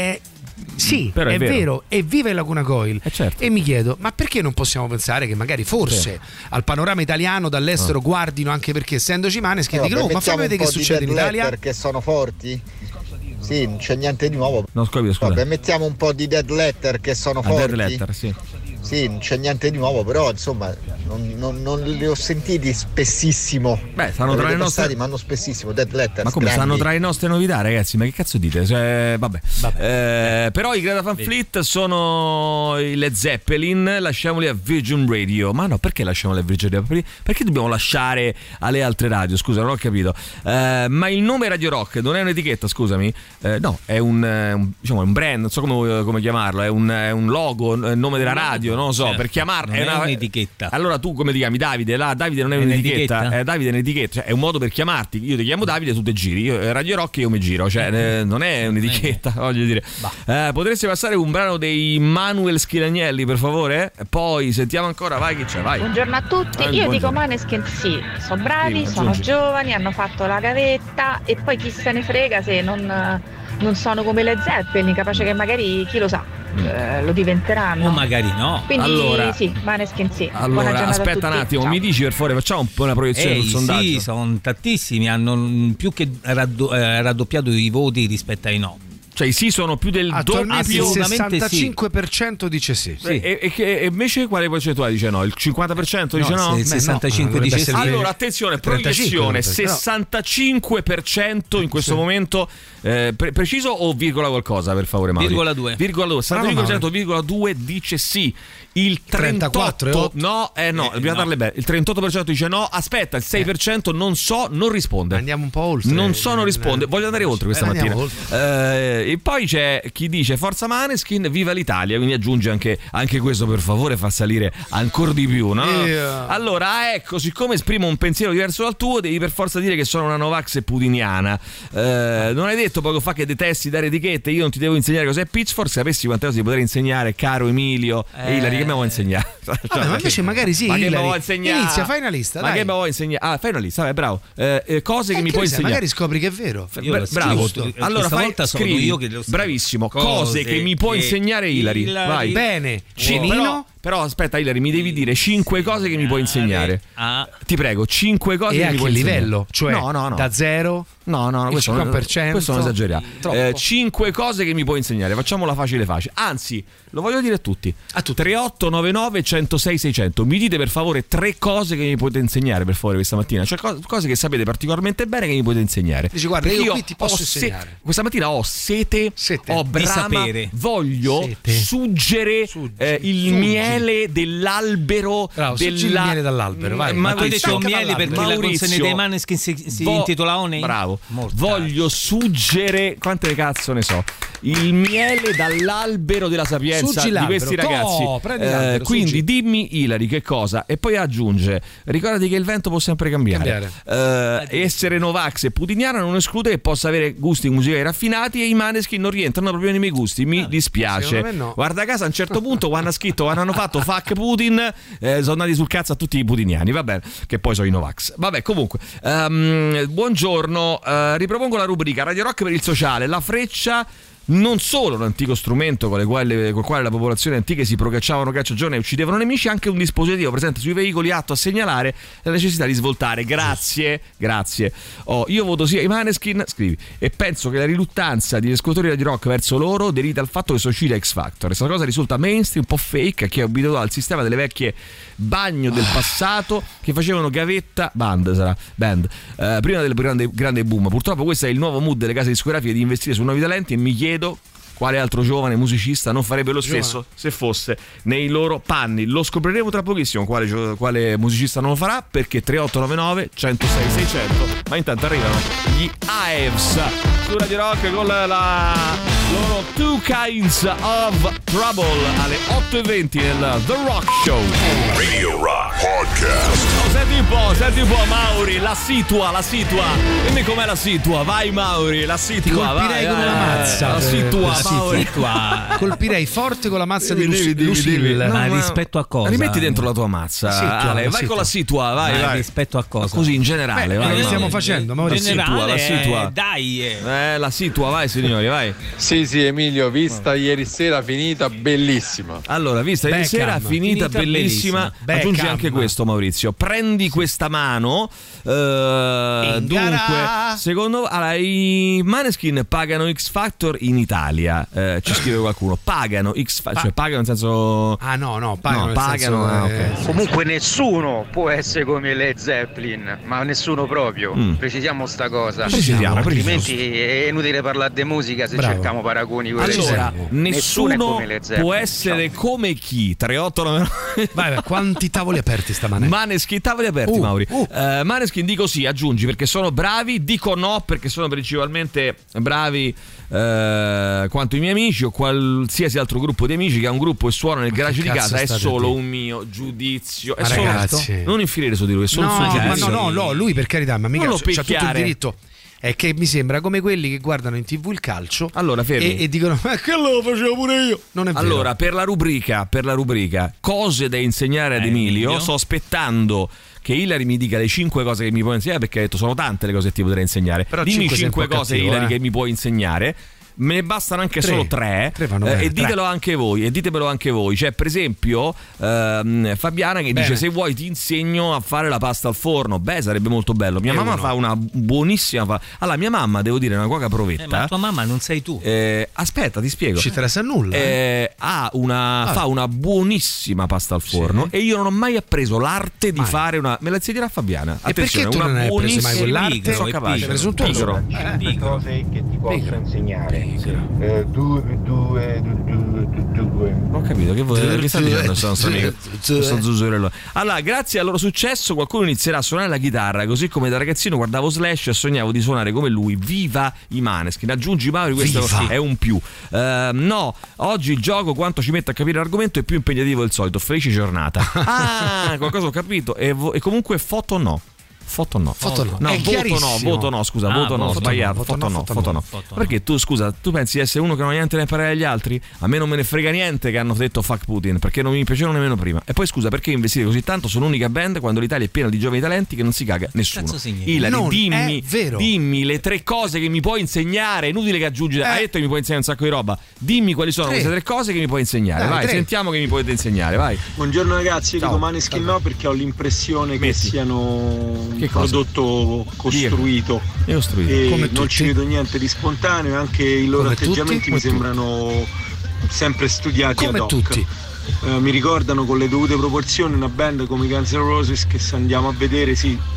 sì, però è vero, e viva il Laguna Coil. Certo. E mi chiedo, ma perché non possiamo pensare che magari forse al panorama italiano dall'estero guardino, anche perché essendoci Maneskin dicono: ma sapete che succede in Italia? Perché sono forti? Sì, non c'è niente di nuovo. No, scusa. Vabbè, mettiamo un po' di Dead Letter, che sono forti. Dead Letter, sì. Sì, non c'è niente di nuovo, però insomma non li ho sentiti spessissimo. Beh, stanno tra le nostre, ma hanno spessissimo Dead Letter. Ma come grandi. stanno tra le nostre novità, ragazzi? Ma che cazzo dite? Vabbè. Però i Greta Van Fleet sono i Led Zeppelin, lasciamoli a Virgin Radio. Ma no, perché lasciamoli a Virgin Radio? Perché dobbiamo lasciare alle altre radio? Scusa, non ho capito. Ma il nome Radio Rock non è un'etichetta, scusami? No, è un brand, non so come chiamarlo, è un logo, il nome della radio, no? non lo so, per chiamarti è un'etichetta. Allora tu come ti chiami? Davide? Davide non è un'etichetta. Davide è un'etichetta, cioè, è un modo per chiamarti. Io ti chiamo Davide, tu ti giri. Io Radio Rock e io mi giro, cioè non è un'etichetta, voglio dire. Potresti passare un brano dei Manuel Schiragnelli, per favore? Poi sentiamo ancora, vai, chi c'è, vai. Buongiorno a tutti, io dico Maneskin sì, sono bravi, sono giovani, hanno fatto la gavetta e poi chi se ne frega se non sono come le Zeppelin, capace che magari, chi lo sa, lo diventeranno. O magari no. Quindi allora, sì, Maneskin sì. Allora, aspetta un attimo, mi dici per favore, facciamo un po' una proiezione sul sondaggio. Sì, sono tantissimi, hanno più che raddoppiato i voti rispetto ai no. Cioè i sì sono più del doppio. Il 65% dice sì. E invece quale percentuale dice no? Il 50% dice no? Il 65% dice sì. Allora attenzione, proiezione 65% in questo momento, preciso o virgola qualcosa per favore Mauri? 0,2. 65% dice sì. Il 38 no, dobbiamo darle bene. Il 38% dice no. Aspetta, il 6% non so, non risponde. Andiamo un po' oltre. Non so, non risponde. Voglio andare oltre questa mattina. E poi c'è chi dice Forza Maneskin, viva l'Italia, quindi aggiunge anche questo, per favore, fa salire ancora di più, no? Allora, ecco, siccome esprimo un pensiero diverso dal tuo, devi per forza dire che sono una Novax e putiniana. Non hai detto poco fa che detesti dare etichette? Io non ti devo insegnare cos'è Pitchfork, sapessi quante cose ti potrei insegnare, caro Emilio e Ilari, che mi vuoi insegnare? Ma invece magari sì, inizia, fai una lista, ma che mi vuoi insegnare? Fai una lista, vai, bravo. Cose che mi puoi insegnare. Magari scopri che è vero. Bravo. Allora scrivi, bravissimo, cose che mi può insegnare Ilari. Vai. Bene. Però aspetta Ilari, mi devi dire 5 cose che mi puoi insegnare. Ti prego, 5 cose che mi puoi insegnare. A che livello? Cioè no. da 0? No, questo 5%. Questo non esageriamo. 5 cose che mi puoi insegnare. Facciamola facile. Anzi, lo voglio dire a tutti. 3899 106 600. Mi dite per favore 3 cose che mi potete insegnare per favore questa mattina. Cioè cose che sapete particolarmente bene che mi potete insegnare. Dici, guarda, io qui ti posso insegnare. Questa mattina ho sete. Ho brama, voglio suggere il miele dell'albero. Il miele dall'albero, vai. Ma tu hai detto miele perché la canzone dei Maneskin si intitola Honey? Bravo. Voglio suggere, quante cazzo ne so, il miele dall'albero della sapienza di questi ragazzi. Quindi dimmi Ilari che cosa, e poi aggiunge, ricordati che il vento può sempre cambiare. Essere Novax e putiniana non esclude che possa avere gusti musicali raffinati, e i Maneskin non rientrano proprio nei miei gusti, mi dispiace. No. Guarda caso a un certo punto quando hanno fatto fuck Putin, sono andati sul cazzo a tutti i putiniani, va bene, che poi sono i Novax. Vabbè, comunque buongiorno, ripropongo la rubrica Radio Rock per il sociale. La freccia non solo un antico strumento col quale la popolazione antica si procacciavano cacciagione e uccidevano nemici, anche un dispositivo presente sui veicoli atto a segnalare la necessità di svoltare. Grazie. Io voto sì ai Maneskin, scrivi, e penso che la riluttanza degli ascoltatori di rock verso loro deriva dal fatto che sono usciti X Factor. Questa cosa risulta mainstream, un po' fake a chi è abituato al sistema delle vecchie bagno del passato che facevano gavetta band prima del grande boom. Purtroppo questo è il nuovo mood delle case discografiche, di investire su nuovi talenti, e mi chiedo quale altro giovane musicista non farebbe lo stesso se fosse nei loro panni. Lo scopriremo tra pochissimo quale musicista non lo farà, perché 3899 106 600. Ma intanto arrivano gli Ives su Radio Rock con la loro Two Kinds of Trouble alle 8:20 nel The Rock Show. Radio Rock Podcast. Senti un po' Mauri, la situa. Dimmi com'è la situa, vai Mauri, la situa. Colpirei con la mazza. La situa. Colpirei forte con la mazza di Lucille. Ma rispetto a cosa? Rimetti dentro la tua mazza. Vai con la situa, vai. Rispetto a cosa? Così in generale, vai. Che stiamo facendo? La situa. Dai. La situa, vai signori, vai. Sì, Emilio, vista ieri sera, finita bellissima. Allora, vista ieri sera, finita bellissima. Aggiungi anche questo, Maurizio. Prendi questa mano. Dunque, secondo i Maneskin pagano X Factor in Italia. Ci scrive qualcuno, pagano X Factor, cioè pagano nel senso pagano. Okay. Comunque nessuno può essere come le Zeppelin, ma nessuno proprio. Precisiamo sta cosa. Precisiamo. Altrimenti è inutile parlare di musica se cerchiamo paragoni. Allora, nessuno può essere come chi? 3899. Vai, quanti tavoli aperti stamane? Maneskin, tavoli aperti, Mauri. Maneskin dico sì, aggiungi, perché sono bravi, dico no perché sono principalmente bravi quanto i miei amici o qualsiasi altro gruppo di amici che ha un gruppo e suona nel garage di casa. È solo un mio giudizio. È solo, ragazzi, non infierire su di lui, è solo un suo giudizio. No, lui per carità, ma mica c'ha tutto il diritto. È che mi sembra come quelli che guardano in TV il calcio, allora, e dicono ma che lo facevo pure io. Non è vero. Allora, per la rubrica cose da insegnare ad Emilio, sto aspettando che Ilari mi dica le 5 cose che mi può insegnare, perché ha detto sono tante le cose che ti potrei insegnare. Però dimmi 5 cose, Ilari, che mi puoi insegnare. Me ne bastano anche solo 3 e ditemelo anche voi. Cioè, per esempio, Fabiana che dice: se vuoi ti insegno a fare la pasta al forno. Beh, sarebbe molto bello. Mia mamma fa una buonissima Allora, mia mamma, devo dire, è una cuoca provetta. Ma tua mamma non sei tu. Aspetta, ti spiego. Ci interessa nulla. Fa una buonissima pasta al forno, e io non ho mai appreso l'arte di fare una. Me la insegnerà Fabiana. E perché tu non hai appreso mai quell'arte? Sono capace. Pigro. Cose che ti posso insegnare. 2 più 2. Ho capito che sta dicendo questo zuzzurello. Allora, grazie al loro successo qualcuno inizierà a suonare la chitarra, così come da ragazzino guardavo Slash e sognavo di suonare come lui. Viva i Maneskin. Aggiungi, Mauri, questo è un più. No, oggi il gioco, quanto ci mette a capire l'argomento, è più impegnativo del solito. Felice giornata. Qualcosa ho capito. E comunque foto no. Foto no. Voto no, sbagliato. Foto no. Perché tu, scusa, tu pensi di essere uno che non ha niente da imparare agli altri? A me non me ne frega niente che hanno detto fuck Putin, perché non mi piacevano nemmeno prima. E poi scusa, perché investire così tanto su un'unica band quando l'Italia è piena di giovani talenti che non si caga nessuno? Ilari, dimmi le 3 cose che mi puoi insegnare. È inutile che aggiungi. Hai detto che mi puoi insegnare un sacco di roba. Dimmi quali sono queste 3 cose che mi puoi insegnare. Vai, sentiamo che mi puoi insegnare. Vai. Buongiorno ragazzi, io dico Maneskin no, perché ho l'impressione che siano un prodotto costruito e come non ci vedo niente di spontaneo, e anche i loro atteggiamenti mi sembrano sempre studiati ad hoc. Mi ricordano con le dovute proporzioni una band come i Guns N' Roses, che se andiamo a vedere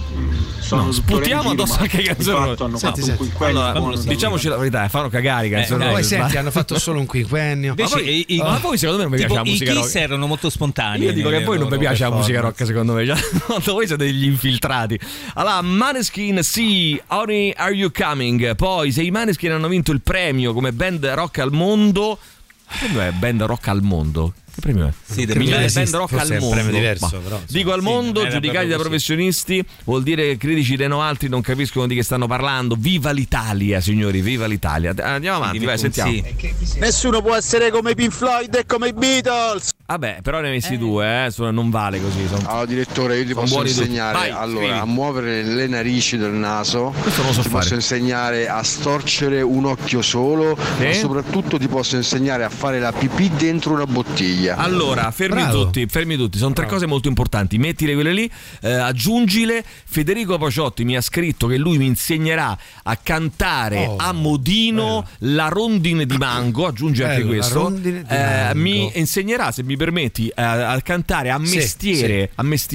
sputiamo addosso anche i Guns N' Roses. Hanno fatto un quinquennio. Allora, diciamoci la verità, fanno cagare i Guns N' Roses. Poi senti, hanno fatto solo un quinquennio. Ma poi secondo me non mi piace la musica rock. I Kiss erano molto spontanei. Io dico che a voi non vi piace la musica rock, secondo me. Voi siete degli infiltrati. Allora, Maneskin, sì, Honey Are You Coming? Poi, se i Maneskin hanno vinto il premio come band rock al mondo, che è band rock al mondo? Che premio è? Sì, migliore band rock al mondo. Premio diverso, però, dico al mondo, giudicati da professionisti, vuol dire che critici dei no altri non capiscono di che stanno parlando. Viva l'Italia, signori, viva l'Italia. Andiamo avanti, vai, sentiamo. Nessuno può essere come i Pink Floyd e come i Beatles. Vabbè, però ne hai messi 2, non vale così. Allora, direttore, io ti posso insegnare a muovere le narici del naso. Questo non so ti fare. Posso insegnare a storcere un occhio solo, ma soprattutto ti posso insegnare a fare la pipì dentro una bottiglia. Allora, fermi tutti, sono 3 cose molto importanti. Mettile quelle lì, aggiungile. Federico Paciotti mi ha scritto che lui mi insegnerà a cantare a modino la rondine di mango. Aggiunge anche questo. Mi insegnerà, se mi permetti, a cantare a mestiere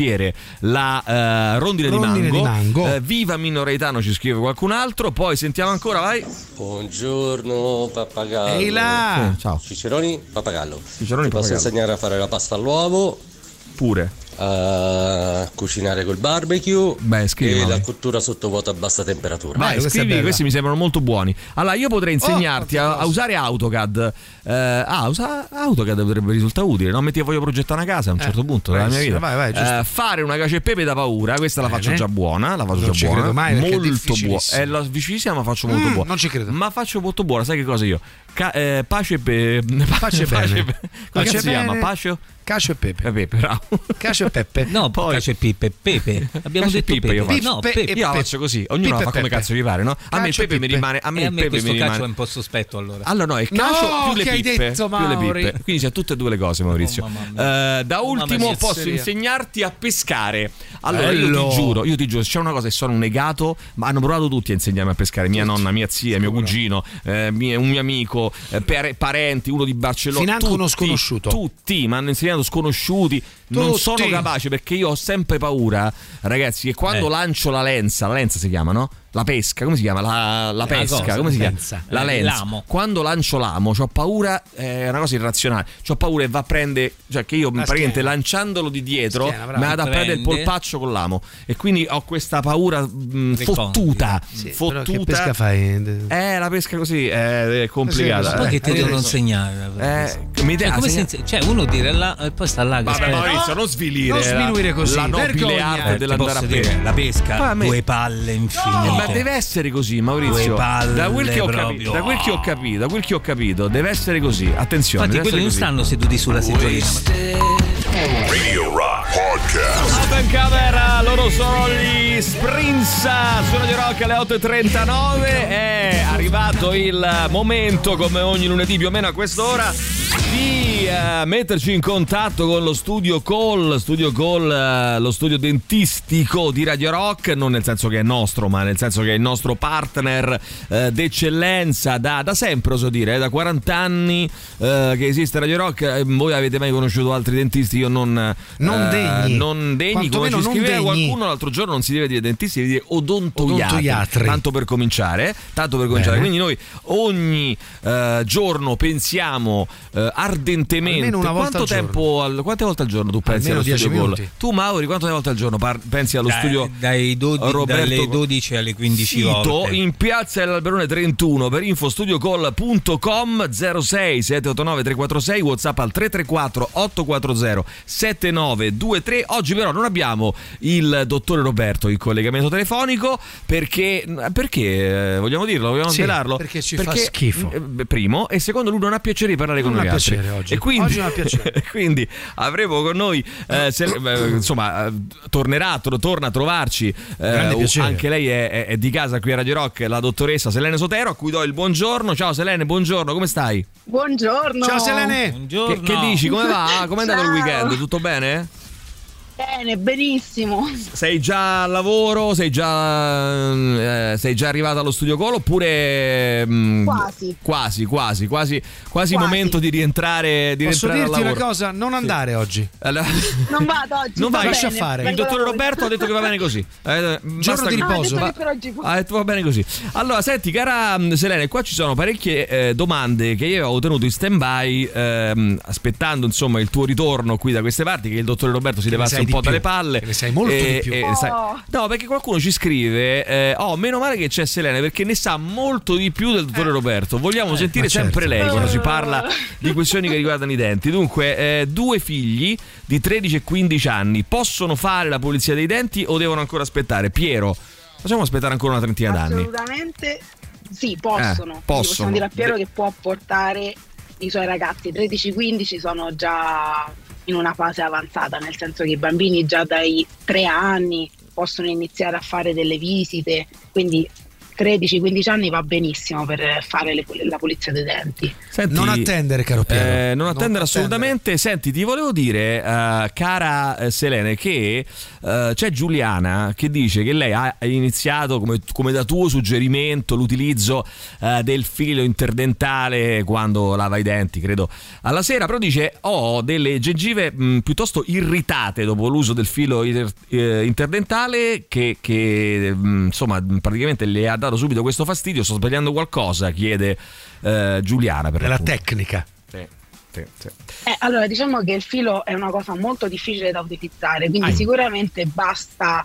la rondine di mango. Viva Minoretano, ci scrive qualcun altro. Poi sentiamo ancora, vai. Buongiorno Pappagallo. Ehi là. Ciao. Ciceroni Pappagallo. Posso insegnare a fare la pasta all'uovo pure, a cucinare col barbecue. Scrivi, e la cottura sottovuoto a bassa temperatura. Vai, scrivi, questi mi sembrano molto buoni. Allora, io potrei insegnarti a usare AutoCAD. AutoCAD potrebbe risultare utile, no? Metti, voglio progettare una casa a un certo punto della mia vita. Vai, fare una cacio e pepe da paura, questa la faccio già buona. Non ci credo mai, molto buona. È la vicinissima, ma faccio molto buona. Non ci credo. Ma faccio molto buona, sai che cosa io? Pace e bene. Come si chiama? Cacio e pepe. Bravo. Cacio e pepe. No, poi Cacio e pepe. Abbiamo detto pepe. Io la faccio così. Ognuno la fa come cazzo gli pare, no? A me il pepe mi rimane. A me il pepe mi rimane. Cacio è un po' sospetto, allora. Allora no, il cacio più le pippe. Quindi c'è tutte e 2 le cose, Maurizio. Da ultimo posso insegnarti a pescare. Allora io ti giuro, c'è una cosa che sono un negato, ma hanno provato tutti a insegnarmi a pescare. Mia nonna, mia zia, mio cugino, un mio amico, parenti, uno di Barcellona. Financo uno sconosciuto. Tutti mi hanno insegnato sconosciuti. Non sono capace, perché io ho sempre paura, ragazzi, che quando lancio la lenza si chiama, no? la pesca, come si chiama? La pesca, cosa, come si chiama? La lenza. L'amo. Quando lancio l'amo, c'ho paura, è una cosa irrazionale. C'ho paura e va a prendere, cioè che io praticamente lanciandolo di dietro mi vado a prendere il polpaccio con l'amo e quindi ho questa paura fottuta. Però che pesca fai? La pesca così è complicata. Ma poi che ti devono insegnare? Cioè uno dire là e poi sta là. Vabbè, Maurizio, non svilire così la nobile arte dell'andare a pesca. La pesca, due palle infinite. Ma deve essere così, Maurizio. Da quel che ho capito, deve essere così. Attenzione. Infatti quelli non stanno seduti sulla seggiolina. Radio Rock Podcast. Up and Cover, loro sono gli Sprinza su Radio Rock alle 8.39. È arrivato il momento, come ogni lunedì più o meno a quest'ora, di metterci in contatto con lo Studio Call, lo studio dentistico di Radio Rock, non nel senso che è nostro, ma nel senso che è il nostro partner d'eccellenza da sempre, oso dire, da 40 anni che esiste Radio Rock. Voi avete mai conosciuto altri dentisti? Io non degni, come ci scriveva qualcuno l'altro giorno, non si deve dire dentisti, si deve dire odontoiatri. Tanto per cominciare. Quindi noi ogni giorno pensiamo ardentemente. Almeno una volta quante volte al giorno tu pensi allo Studio Call? Tu, Mauri, quante volte al giorno pensi allo studio? Dalle 12 alle 15 volte. In piazza dell'Alberone 31. Per info studiocall.com 06 789 346, WhatsApp al 334 840 7923. Oggi però non abbiamo il dottore Roberto in collegamento telefonico perché vogliamo dirlo, vogliamo svelarlo? Perché fa schifo. Primo, e secondo, lui non ha piacere di parlare con noi altri. Oggi. E quindi, oggi non ha piacere. Quindi avremo con noi torna a trovarci anche lei è di casa qui a Radio Rock, la dottoressa Selene Sotero, a cui do il buongiorno. Ciao Selene, buongiorno, come stai? Buongiorno. Ciao Selene. Buongiorno. Che dici? Come va? Com'è andato il weekend? Tutto bene? Bene, benissimo. Sei già al lavoro? Sei già arrivata allo Studio Call oppure quasi momento di rientrare Posso al dirti lavoro? Una cosa? Non andare oggi. Non vado oggi. Non vai, lascia fare. Il dottore Roberto ha detto che va bene così. Giorno di riposo. Ha detto va bene così. Allora, senti, cara Selene, qua ci sono parecchie domande che io avevo tenuto in stand-by aspettando insomma il tuo ritorno qui da queste parti, che il dottore Roberto si levasse un po' dalle palle. Ne sai molto di più. No, perché qualcuno ci scrive meno male che c'è Selene, perché ne sa molto di più del dottore Roberto. Vogliamo sentire sempre lei quando si parla di questioni che riguardano i denti. Dunque, 2 figli di 13 e 15 anni possono fare la pulizia dei denti o devono ancora aspettare? Piero, facciamo aspettare ancora una trentina d'anni. Assolutamente sì, possono. Possono dire a Piero che può portare i suoi ragazzi 13-15, sono già in una fase avanzata, nel senso che i bambini già dai 3 anni possono iniziare a fare delle visite, quindi 13-15 anni va benissimo per fare la pulizia dei denti. Senti, non attendere, caro Piero. Non attendere assolutamente. Senti, ti volevo dire, cara Selene, che c'è Giuliana che dice che lei ha iniziato come da tuo suggerimento l'utilizzo del filo interdentale quando lava i denti, credo alla sera, però dice ho delle gengive piuttosto irritate dopo l'uso del filo interdentale che insomma praticamente le ha dato subito questo fastidio. Sto sbagliando qualcosa? Chiede Giuliana. Per la tecnica. Sì. Allora, diciamo che il filo è una cosa molto difficile da utilizzare, quindi sicuramente basta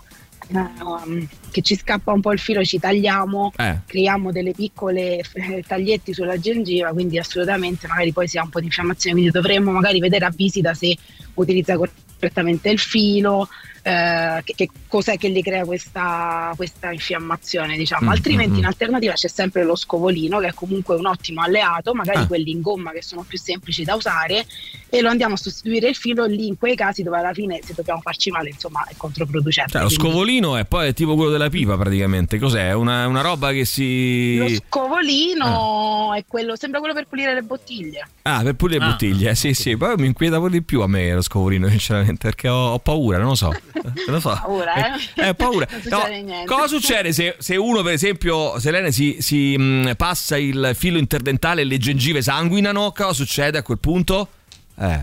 che ci scappa un po' il filo, ci tagliamo, creiamo delle piccole taglietti sulla gengiva, quindi assolutamente magari poi si ha un po' di infiammazione, quindi dovremmo magari vedere a visita se utilizza correttamente il filo, che cos'è che gli crea questa infiammazione, diciamo. Altrimenti in alternativa c'è sempre lo scovolino, che è comunque un ottimo alleato, magari quelli in gomma che sono più semplici da usare, e lo andiamo a sostituire il filo lì in quei casi dove alla fine, se dobbiamo farci male, insomma, è controproducente. Lo scovolino è poi tipo quello della pipa praticamente. Cos'è? Una roba che si... Lo scovolino è quello, sembra quello per pulire le bottiglie. Per pulire le bottiglie, sì. Poi mi inquieta un po' di più a me lo scovolino, sinceramente, perché ho paura, non lo so. Paura, paura. Non succede niente. Cosa succede se uno, per esempio, Selene, si passa il filo interdentale e le gengive sanguinano? Cosa succede a quel punto?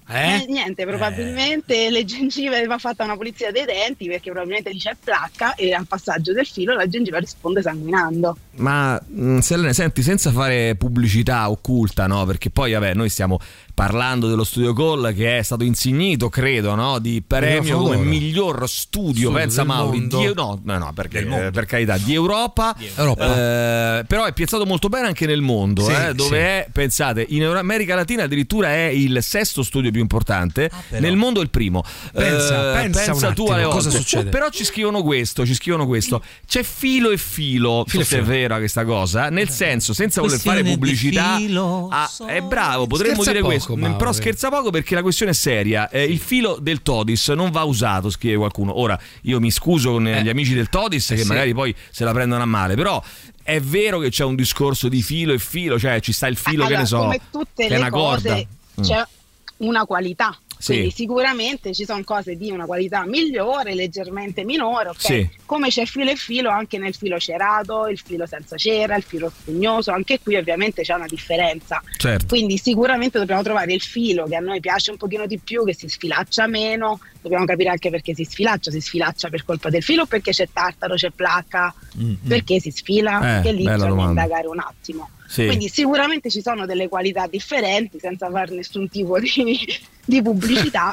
Niente, probabilmente le gengive va fatta una pulizia dei denti, perché probabilmente lì c'è placca e al passaggio del filo la gengiva risponde sanguinando. Ma Selene, senti, senza fare pubblicità occulta, no? Perché poi vabbè, noi stiamo parlando dello Studio Call, che è stato insignito, credo, no, di premio come miglior studio, pensa Mauri, perché per carità, di Europa. Però è piazzato molto bene anche nel mondo, dove è, pensate, in America Latina addirittura è il sesto studio più importante, nel mondo è il primo. Pensa tu alle cosa succede. Però ci scrivono questo, c'è filo e filo, se è vera questa cosa, nel senso, senza voler fare pubblicità, è bravo, potremmo dire questo. Però scherza poco, perché la questione è seria. Il filo del Todis non va usato, scrive qualcuno. Ora io mi scuso con gli amici del Todis che magari poi se la prendono a male, però è vero che c'è un discorso di filo e filo, cioè ci sta il filo, che ne so, come tutte che è una corda, c'è una qualità. Quindi sicuramente ci sono cose di una qualità migliore, leggermente minore, come c'è filo e filo anche nel filo cerato, il filo senza cera, il filo spugnoso, anche qui ovviamente c'è una differenza. Quindi sicuramente dobbiamo trovare il filo che a noi piace un pochino di più, che si sfilaccia meno. Dobbiamo capire anche perché si sfilaccia per colpa del filo, perché c'è tartaro, c'è placca, perché si sfila, che lì bisogna indagare un attimo. Quindi sicuramente ci sono delle qualità differenti, senza fare nessun tipo di pubblicità.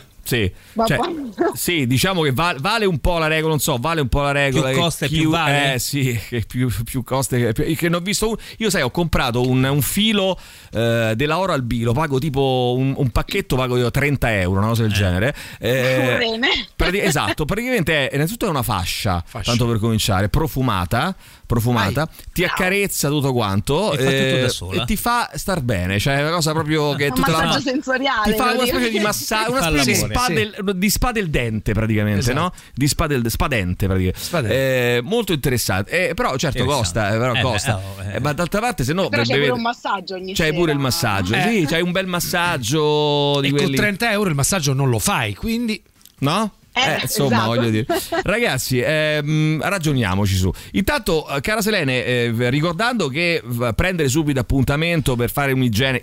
Sì, diciamo che vale un po' la regola, non so, vale un po' la regola. Più costa e più vale? Più coste che ne ho visto io, sai, ho comprato un filo della Oral B, lo pago tipo un pacchetto, pago io 30 euro, una cosa del genere. Esatto, praticamente innanzitutto è una fascia, tanto per cominciare, profumata, ti accarezza tutto quanto e fa tutto da sola e ti fa star bene, cioè è una cosa proprio che un massaggio sensoriale, ti fa una specie di massaggio, una specie di spa del dente praticamente, no? Di spadente praticamente. Molto interessante, però certo costa, ma d'altra parte se no però c'è pure un massaggio ogni sera. C'è pure il massaggio, sì, c'hai un bel massaggio di quelli. Con 30 euro il massaggio non lo fai, quindi no? Insomma, esatto. Voglio dire, ragazzi, ragioniamoci su. Intanto, cara Selene, ricordando che prendere subito appuntamento per fare un'igiene,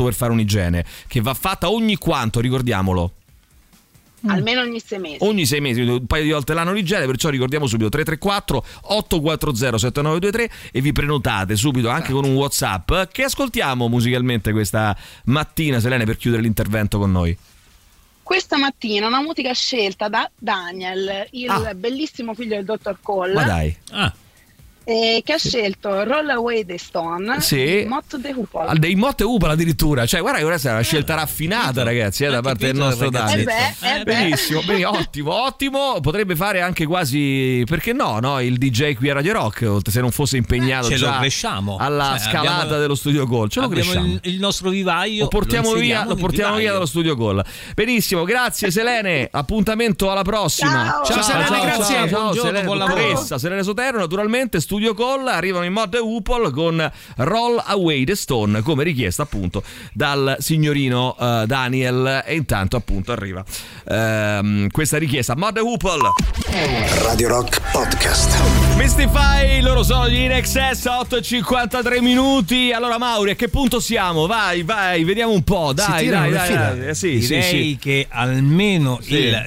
che va fatta ogni quanto, ricordiamolo. Almeno ogni 6 mesi. Ogni 6 mesi, un paio di volte l'anno l'igiene, perciò ricordiamo subito 334 840 7923 e vi prenotate subito anche con un WhatsApp, che ascoltiamo musicalmente questa mattina, Selene, per chiudere l'intervento con noi. Questa mattina una musica scelta da Daniel, il bellissimo figlio del Dr. Cole. Ma dai. Che ha scelto Roll Away the Stone dei Mott the Hoople. Dei Mott the Hoople addirittura, cioè guarda che questa è una scelta raffinata, ragazzi, da parte del nostro Daniel. Benissimo, ottimo, potrebbe fare anche quasi, perché no, il DJ qui a Radio Rock, se non fosse impegnato ce già lo cresciamo, alla scalata dello Studio Call, ce lo cresciamo, il nostro vivaio lo portiamo via dallo Studio Call. Benissimo, grazie Selene, appuntamento alla prossima. Ciao Selene, grazie. Ciao Selene, dottoressa Selene Sotero, naturalmente Studio Call, arrivano in Mott the Hoople con Roll Away the Stone, come richiesto appunto dal signorino Daniel, e intanto appunto arriva questa richiesta. Mott the Hoople, Radio Rock Podcast. Mystify, loro sono gli In Excess, 8:53 minuti. Allora Mauri, a che punto siamo? Vai, vediamo un po', dai. Direi che almeno il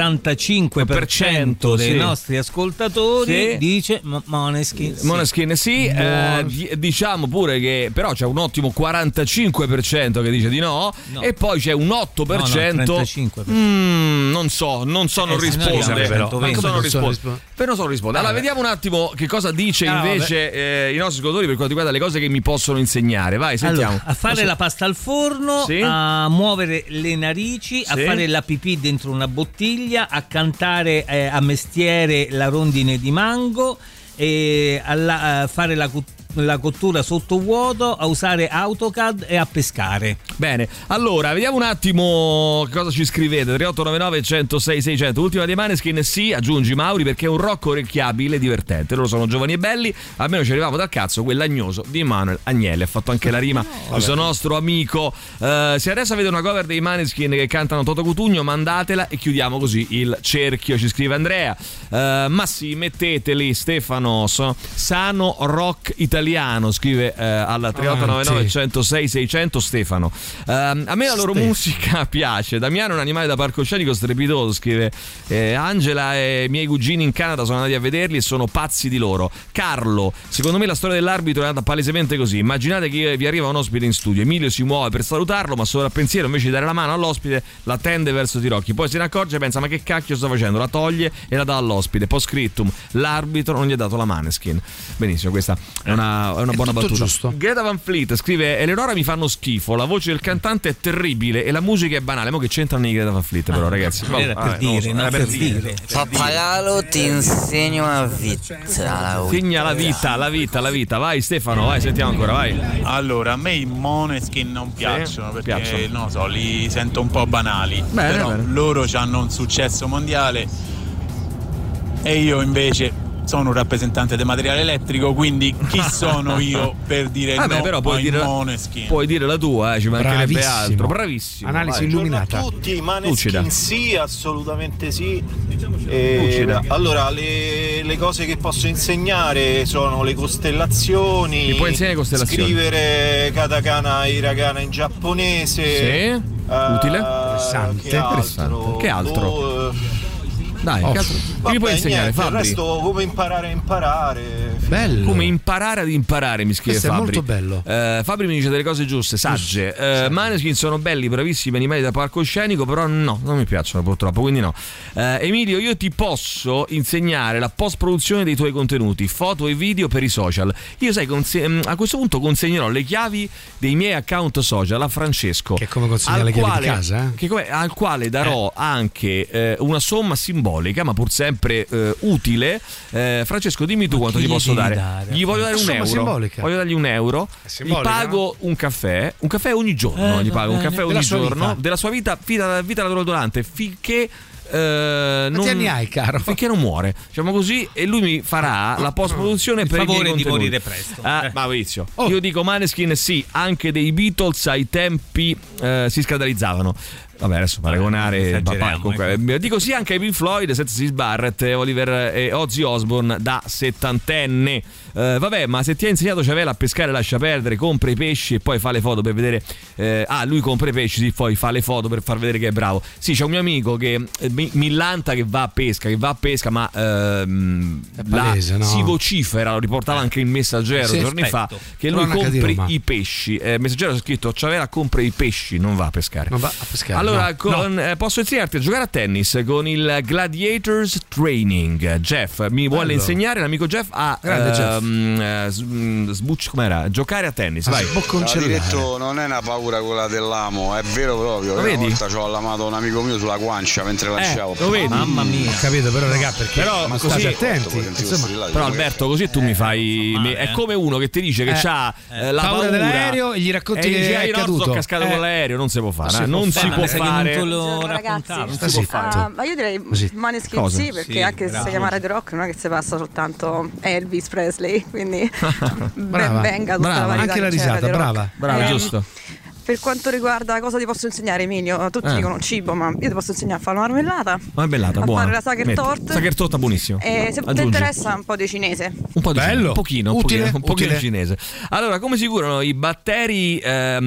65% dei nostri ascoltatori dice Måneskin, diciamo pure che però c'è un ottimo 45% che dice di no, e poi c'è un 8% non risponde, però non risponde. Allora vediamo un attimo che cosa dice invece i nostri ascoltatori per quanto riguarda le cose che mi possono insegnare. Vai, sentiamo. Allora, a fare la pasta al forno, a muovere le narici, a fare la pipì dentro una bottiglia, a cantare a mestiere la rondine di mango, e a fare la cottura sotto vuoto, a usare AutoCAD e a pescare. Bene, allora vediamo un attimo cosa ci scrivete. 3899 106 600. Ultima dei Måneskin, sì, aggiungi Mauri, perché è un rock orecchiabile e divertente. Loro sono giovani e belli, almeno ci arrivavo dal cazzo quell'agnoso di Emanuele Agnelli. Ha fatto anche la rima questo nostro amico. Se adesso avete una cover dei Måneskin che cantano Toto Cutugno, mandatela e chiudiamo così il cerchio, ci scrive Andrea. Ma sì, metteteli, Stefano, sano rock italiano italiano, scrive alla 3899 106 600 Stefano. A me la loro musica piace. Damiano è un animale da palcoscenico strepitoso, scrive Angela, e i miei cugini in Canada sono andati a vederli e sono pazzi di loro. Carlo, secondo me la storia dell'arbitro è andata palesemente così. Immaginate che vi arriva un ospite in studio, Emilio si muove per salutarlo, ma sopra pensiero invece di dare la mano all'ospite la tende verso Tirocchi, poi se ne accorge e pensa ma che cacchio sta facendo, la toglie e la dà all'ospite. Post scriptum, l'arbitro non gli ha dato la Maneskin. Benissimo, questa è una buona battuta. Giusto. Greta Van Fleet scrive Eleonora mi fanno schifo, la voce del cantante è terribile e la musica è banale. Ma che c'entrano i Greta Van Fleet però ragazzi? Era per dire. Pappagallo ti insegno la vita. Segna la vita. Vai Stefano, vai, sentiamo ancora, vai. Allora, a me i Måneskin non piacciono perché non so, li sento un po' banali. Però loro hanno un successo mondiale e io invece sono un rappresentante del materiale elettrico, quindi chi sono io per dire no però puoi Måneskin? Puoi dire la tua, ci mancherebbe altro. Bravissimo. Analisi illuminata. Buongiorno a tutti, Måneskin sì, assolutamente sì. Allora, le cose che posso insegnare sono le costellazioni. Mi puoi insegnare costellazioni? Scrivere katakana hiragana in giapponese. Sì, utile. Interessante. Che altro? Dai, mi puoi insegnare, Fabri? Il resto come imparare a imparare. Bello. Come imparare ad imparare, mi scrive Fabri. È molto bello. Fabri mi dice delle cose giuste, sagge. Måneskin sono belli, bravissimi animali da palcoscenico, però no, non mi piacciono purtroppo, quindi no. Emilio, io ti posso insegnare la post-produzione dei tuoi contenuti, foto e video per i social. Io sai, a questo punto consegnerò le chiavi dei miei account social a Francesco. Che è come consegnare le chiavi di casa? Al quale darò anche una somma simbolica, ma pur sempre utile. Francesco, dimmi tu quanto ti posso dare. Gli voglio dare €1. Simbolica. Voglio dargli €1. Gli pago un caffè ogni giorno. Gli pago un caffè ogni giorno della sua vita naturale durante finché quanti anni hai, caro? Finché non muore, diciamo così, e lui mi farà la post produzione per il favore di morire presto. Maurizio, io dico Måneskin sì, anche dei Beatles ai tempi si scandalizzavano. Vabbè, adesso paragonare dico sì anche ai Pink Floyd, Syd Barrett, Oliver e Ozzy Osbourne da settantenne. Vabbè, ma se ti ha insegnato Ciavella a pescare lascia perdere, compra i pesci e poi fa le foto per vedere. Lui compra i pesci, sì, poi fa le foto per far vedere che è bravo. Sì, c'è un mio amico che millanta che va a pesca, ma palese, si vocifera, lo riportava anche il Messaggero giorni fa, che lui compri i pesci. Messaggero c'è scritto Ciavella compra i pesci, non va a pescare. Non va a pescare. Allora, posso insegnarti a giocare a tennis con il Gladiators Training. Jeff mi vuole insegnare, l'amico Jeff a com'era? Giocare a tennis. Vai. Diretto, non è una paura quella dell'amo, è vero proprio. Una volta ci ho allamato un amico mio sulla guancia mentre lanciavo. Lo vedi? Mamma mia. Capito, però regà, perché ma state attenti. Però Alberto, così tu mi fai è come uno che ti dice che c'ha la paura dell'aereo e gli racconti che è accaduto. Sono cascato con l'aereo, non si può fare. Non si può fare. Ma io direi Måneskin sì, perché anche se si chiama Radio Rock non è che si passa soltanto Elvis Presley, quindi venga tutta la varietà. Anche la risata, brava, giusto. Per quanto riguarda cosa ti posso insegnare, Emilio, tutti dicono cibo, ma io ti posso insegnare a fare una marmellata, buona. Fare la Sacher Torte. Sacher Torte buonissimo. E se ti interessa un po' di cinese. Un po' di bello, pochino di cinese. Allora, come si curano i batteri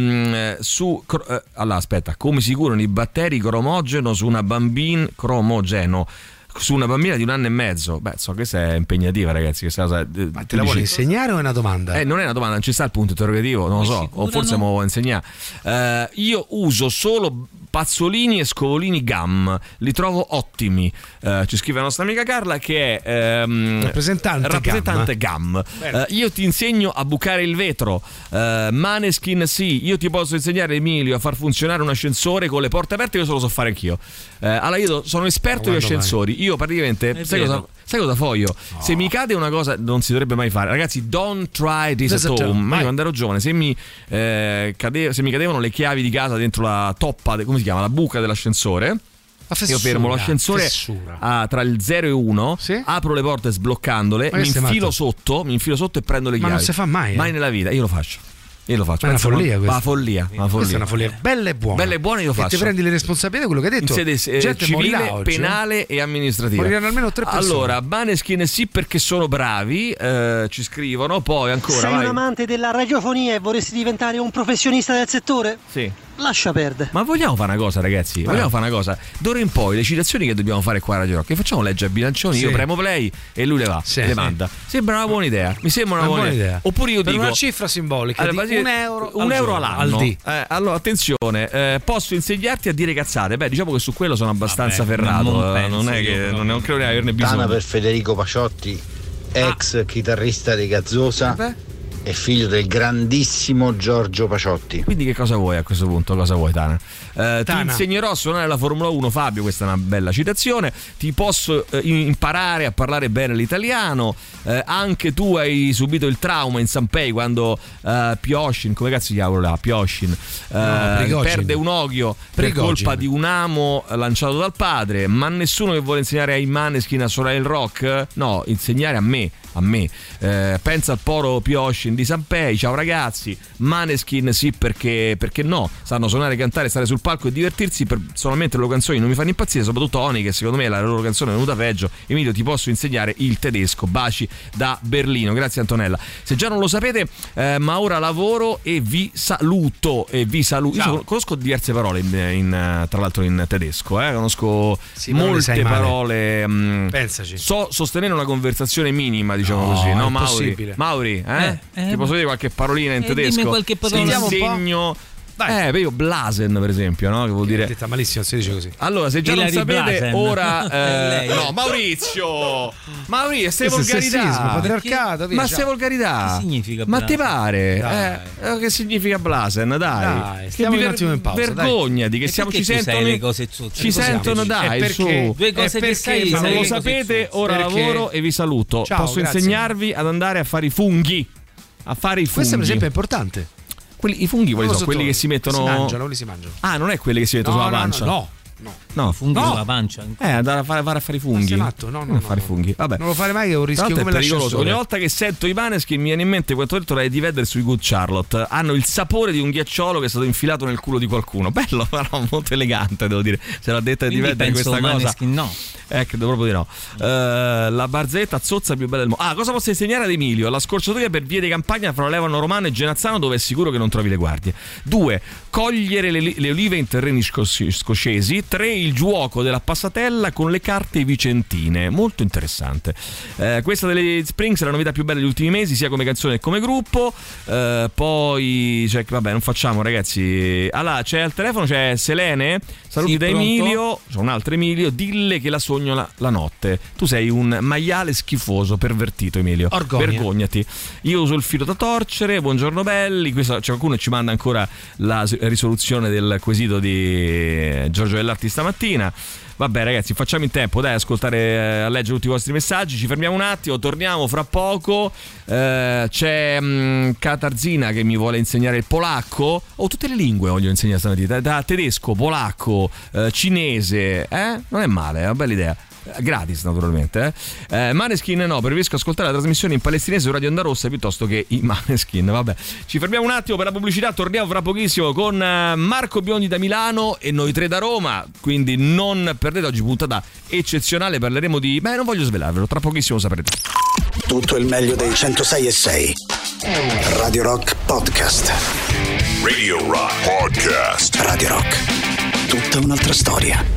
come si curano i batteri cromogeno su una bambina su una bambina di 1 anno e mezzo? Beh, so che è impegnativa, ragazzi. Ma te la vuole insegnare o è una domanda? Non è una domanda, non ci sta il punto interrogativo, non lo so, o forse me lo vuoi insegnare. Io uso solo pazzolini e scovolini Gam, li trovo ottimi. Ci scrive la nostra amica Carla che è rappresentante Gam. Io ti insegno a bucare il vetro. Måneskin sì, io ti posso insegnare, Emilio, a far funzionare un ascensore con le porte aperte, io se lo so fare anch'io. Allora io sono esperto di ascensori. Io praticamente sai cosa fo io? No. Se mi cade una cosa non si dovrebbe mai fare, ragazzi, don't try this at home. Ma io quando ero giovane, se mi cadevano le chiavi di casa dentro la toppa, come si chiama, la buca dell'ascensore, io fermo l'ascensore tra il 0 e 1, apro le porte sbloccandole, mi infilo sotto e prendo le chiavi. Ma non si fa mai nella vita, io lo faccio. Io lo faccio. È una follia questa. Una follia. Questa è una follia. Bella e buona. Bella e buona io lo faccio. E ti prendi le responsabilità di quello che hai detto. In sede civile, penale e amministrativa. Moriranno almeno 3 persone. Allora, Maneskin sì perché sono bravi, ci scrivono, poi ancora. Sei un amante della radiofonia e vorresti diventare un professionista del settore? Sì. Lascia perdere. Ma vogliamo fare una cosa, ragazzi? Vogliamo fare una cosa? D'ora in poi le citazioni che dobbiamo fare qua a Radio Rock, che facciamo leggere a bilancioni, io premo play e lui le va, le manda. Sembra una buona idea. Mi sembra una buona idea. Oppure io dico una cifra simbolica di €1 all'anno. Allora attenzione, posso insegnarti a dire cazzate. Beh, diciamo che su quello sono abbastanza ferrato. Non è che non credo di averne bisogno. Tana per Federico Paciotti, ex chitarrista dei Gazzosa. È figlio del grandissimo Giorgio Paciotti. Quindi che cosa vuoi a questo punto? Cosa vuoi, Tana? Ti insegnerò a suonare la Formula 1, Fabio. Questa è una bella citazione. Ti posso imparare a parlare bene l'italiano. Anche tu hai subito il trauma in Sanpei quando Pioshin, come cazzo si chiama là? Pioshin perde un occhio per colpa di un amo lanciato dal padre. Ma nessuno che vuole insegnare ai Maneskin a suonare il rock? No, insegnare a me. Pensa al poro Pioshin di Sanpei. Ciao ragazzi, Maneskin sì perché no, sanno suonare, cantare, stare sul palco e divertirsi. Personalmente le loro canzoni non mi fanno impazzire, soprattutto Oni, che secondo me la loro canzone è venuta peggio. Emilio, ti posso insegnare il tedesco. Baci da Berlino. Grazie Antonella. Se già non lo sapete, ma ora lavoro e vi saluto. Io conosco diverse parole tra l'altro in tedesco, conosco molte parole. Pensaci. So sostenere una conversazione minima, diciamo così, no Mauri? Ti posso dire qualche parolina in tedesco? Dimmi qualche parola. Insegno. Io Blasen per esempio, no? Che vuol dire detta malissimo, si dice così. Allora, se già non sapete, Blasen. Ora no, Maurizio, sei volgarità, patriarcato, ma sei volgarità. Che significa Blasen? Ma te pare? Che significa Blasen? Dai, stiamo un attimo in pausa. Vergognati, che siamo, ci sentono, dai, su. Due cose che sai, non lo sapete, ora lavoro e vi saluto. Posso insegnarvi ad andare a fare i funghi. Questo per esempio è importante. I funghi quali sono? Quelli che si mettono. Si mangiano. Ah, non è quelli che si mettono sulla pancia? No, funghi sulla pancia. Andare a fare i funghi. No, fare i funghi. Vabbè. Non lo fare mai, che è un rischio come pericoloso. Ogni volta che sento i Maneskin mi viene in mente quanto ho detto da Eddie Vedder sui Good Charlotte. Hanno il sapore di un ghiacciolo che è stato infilato nel culo di qualcuno. Bello, però molto elegante, devo dire. Se l'ha detta Eddie Vedder questa cosa. Maneskin no. Credo proprio di no. La barzelletta zozza più bella del mondo. Cosa posso insegnare ad Emilio? La scorciatoia per vie di campagna fra Levano Romano e Genazzano, dove è sicuro che non trovi le guardie. 2. Cogliere le olive in terreni scoscesi. 3. Il gioco della passatella con le carte vicentine. Molto interessante. Questa delle Springs è la novità più bella degli ultimi mesi, sia come canzone che come gruppo. Poi vabbè, non facciamo, ragazzi. Allora, c'è al telefono, c'è Selene. Saluti da Emilio. C'è un altro Emilio. Dille che la sogno la notte. Tu sei un maiale schifoso, pervertito, Emilio. Vergognati. Io uso il filo da torcere. Buongiorno belli. C'è qualcuno che ci manda ancora la risoluzione del quesito di Giorgio Dell'Arti stamattina. Vabbè ragazzi, facciamo in tempo, dai, ascoltare, a leggere tutti i vostri messaggi. Ci fermiamo un attimo, torniamo fra poco. C'è Katarzina che mi vuole insegnare il polacco. Tutte le lingue voglio insegnare stamattina, da tedesco, polacco, cinese. Non è male, è una bella idea. Gratis naturalmente. Maneskin no, preferisco ascoltare la trasmissione in palestinese su Radio Onda Rossa piuttosto che i Maneskin. Vabbè, ci fermiamo un attimo per la pubblicità, torniamo fra pochissimo con Marco Biondi da Milano e noi tre da Roma, quindi non perdete oggi puntata eccezionale, parleremo di... non voglio svelarvelo, tra pochissimo saprete. Tutto il meglio dei 106.6 Radio Rock Podcast. Radio Rock Podcast. Radio Rock, tutta un'altra storia.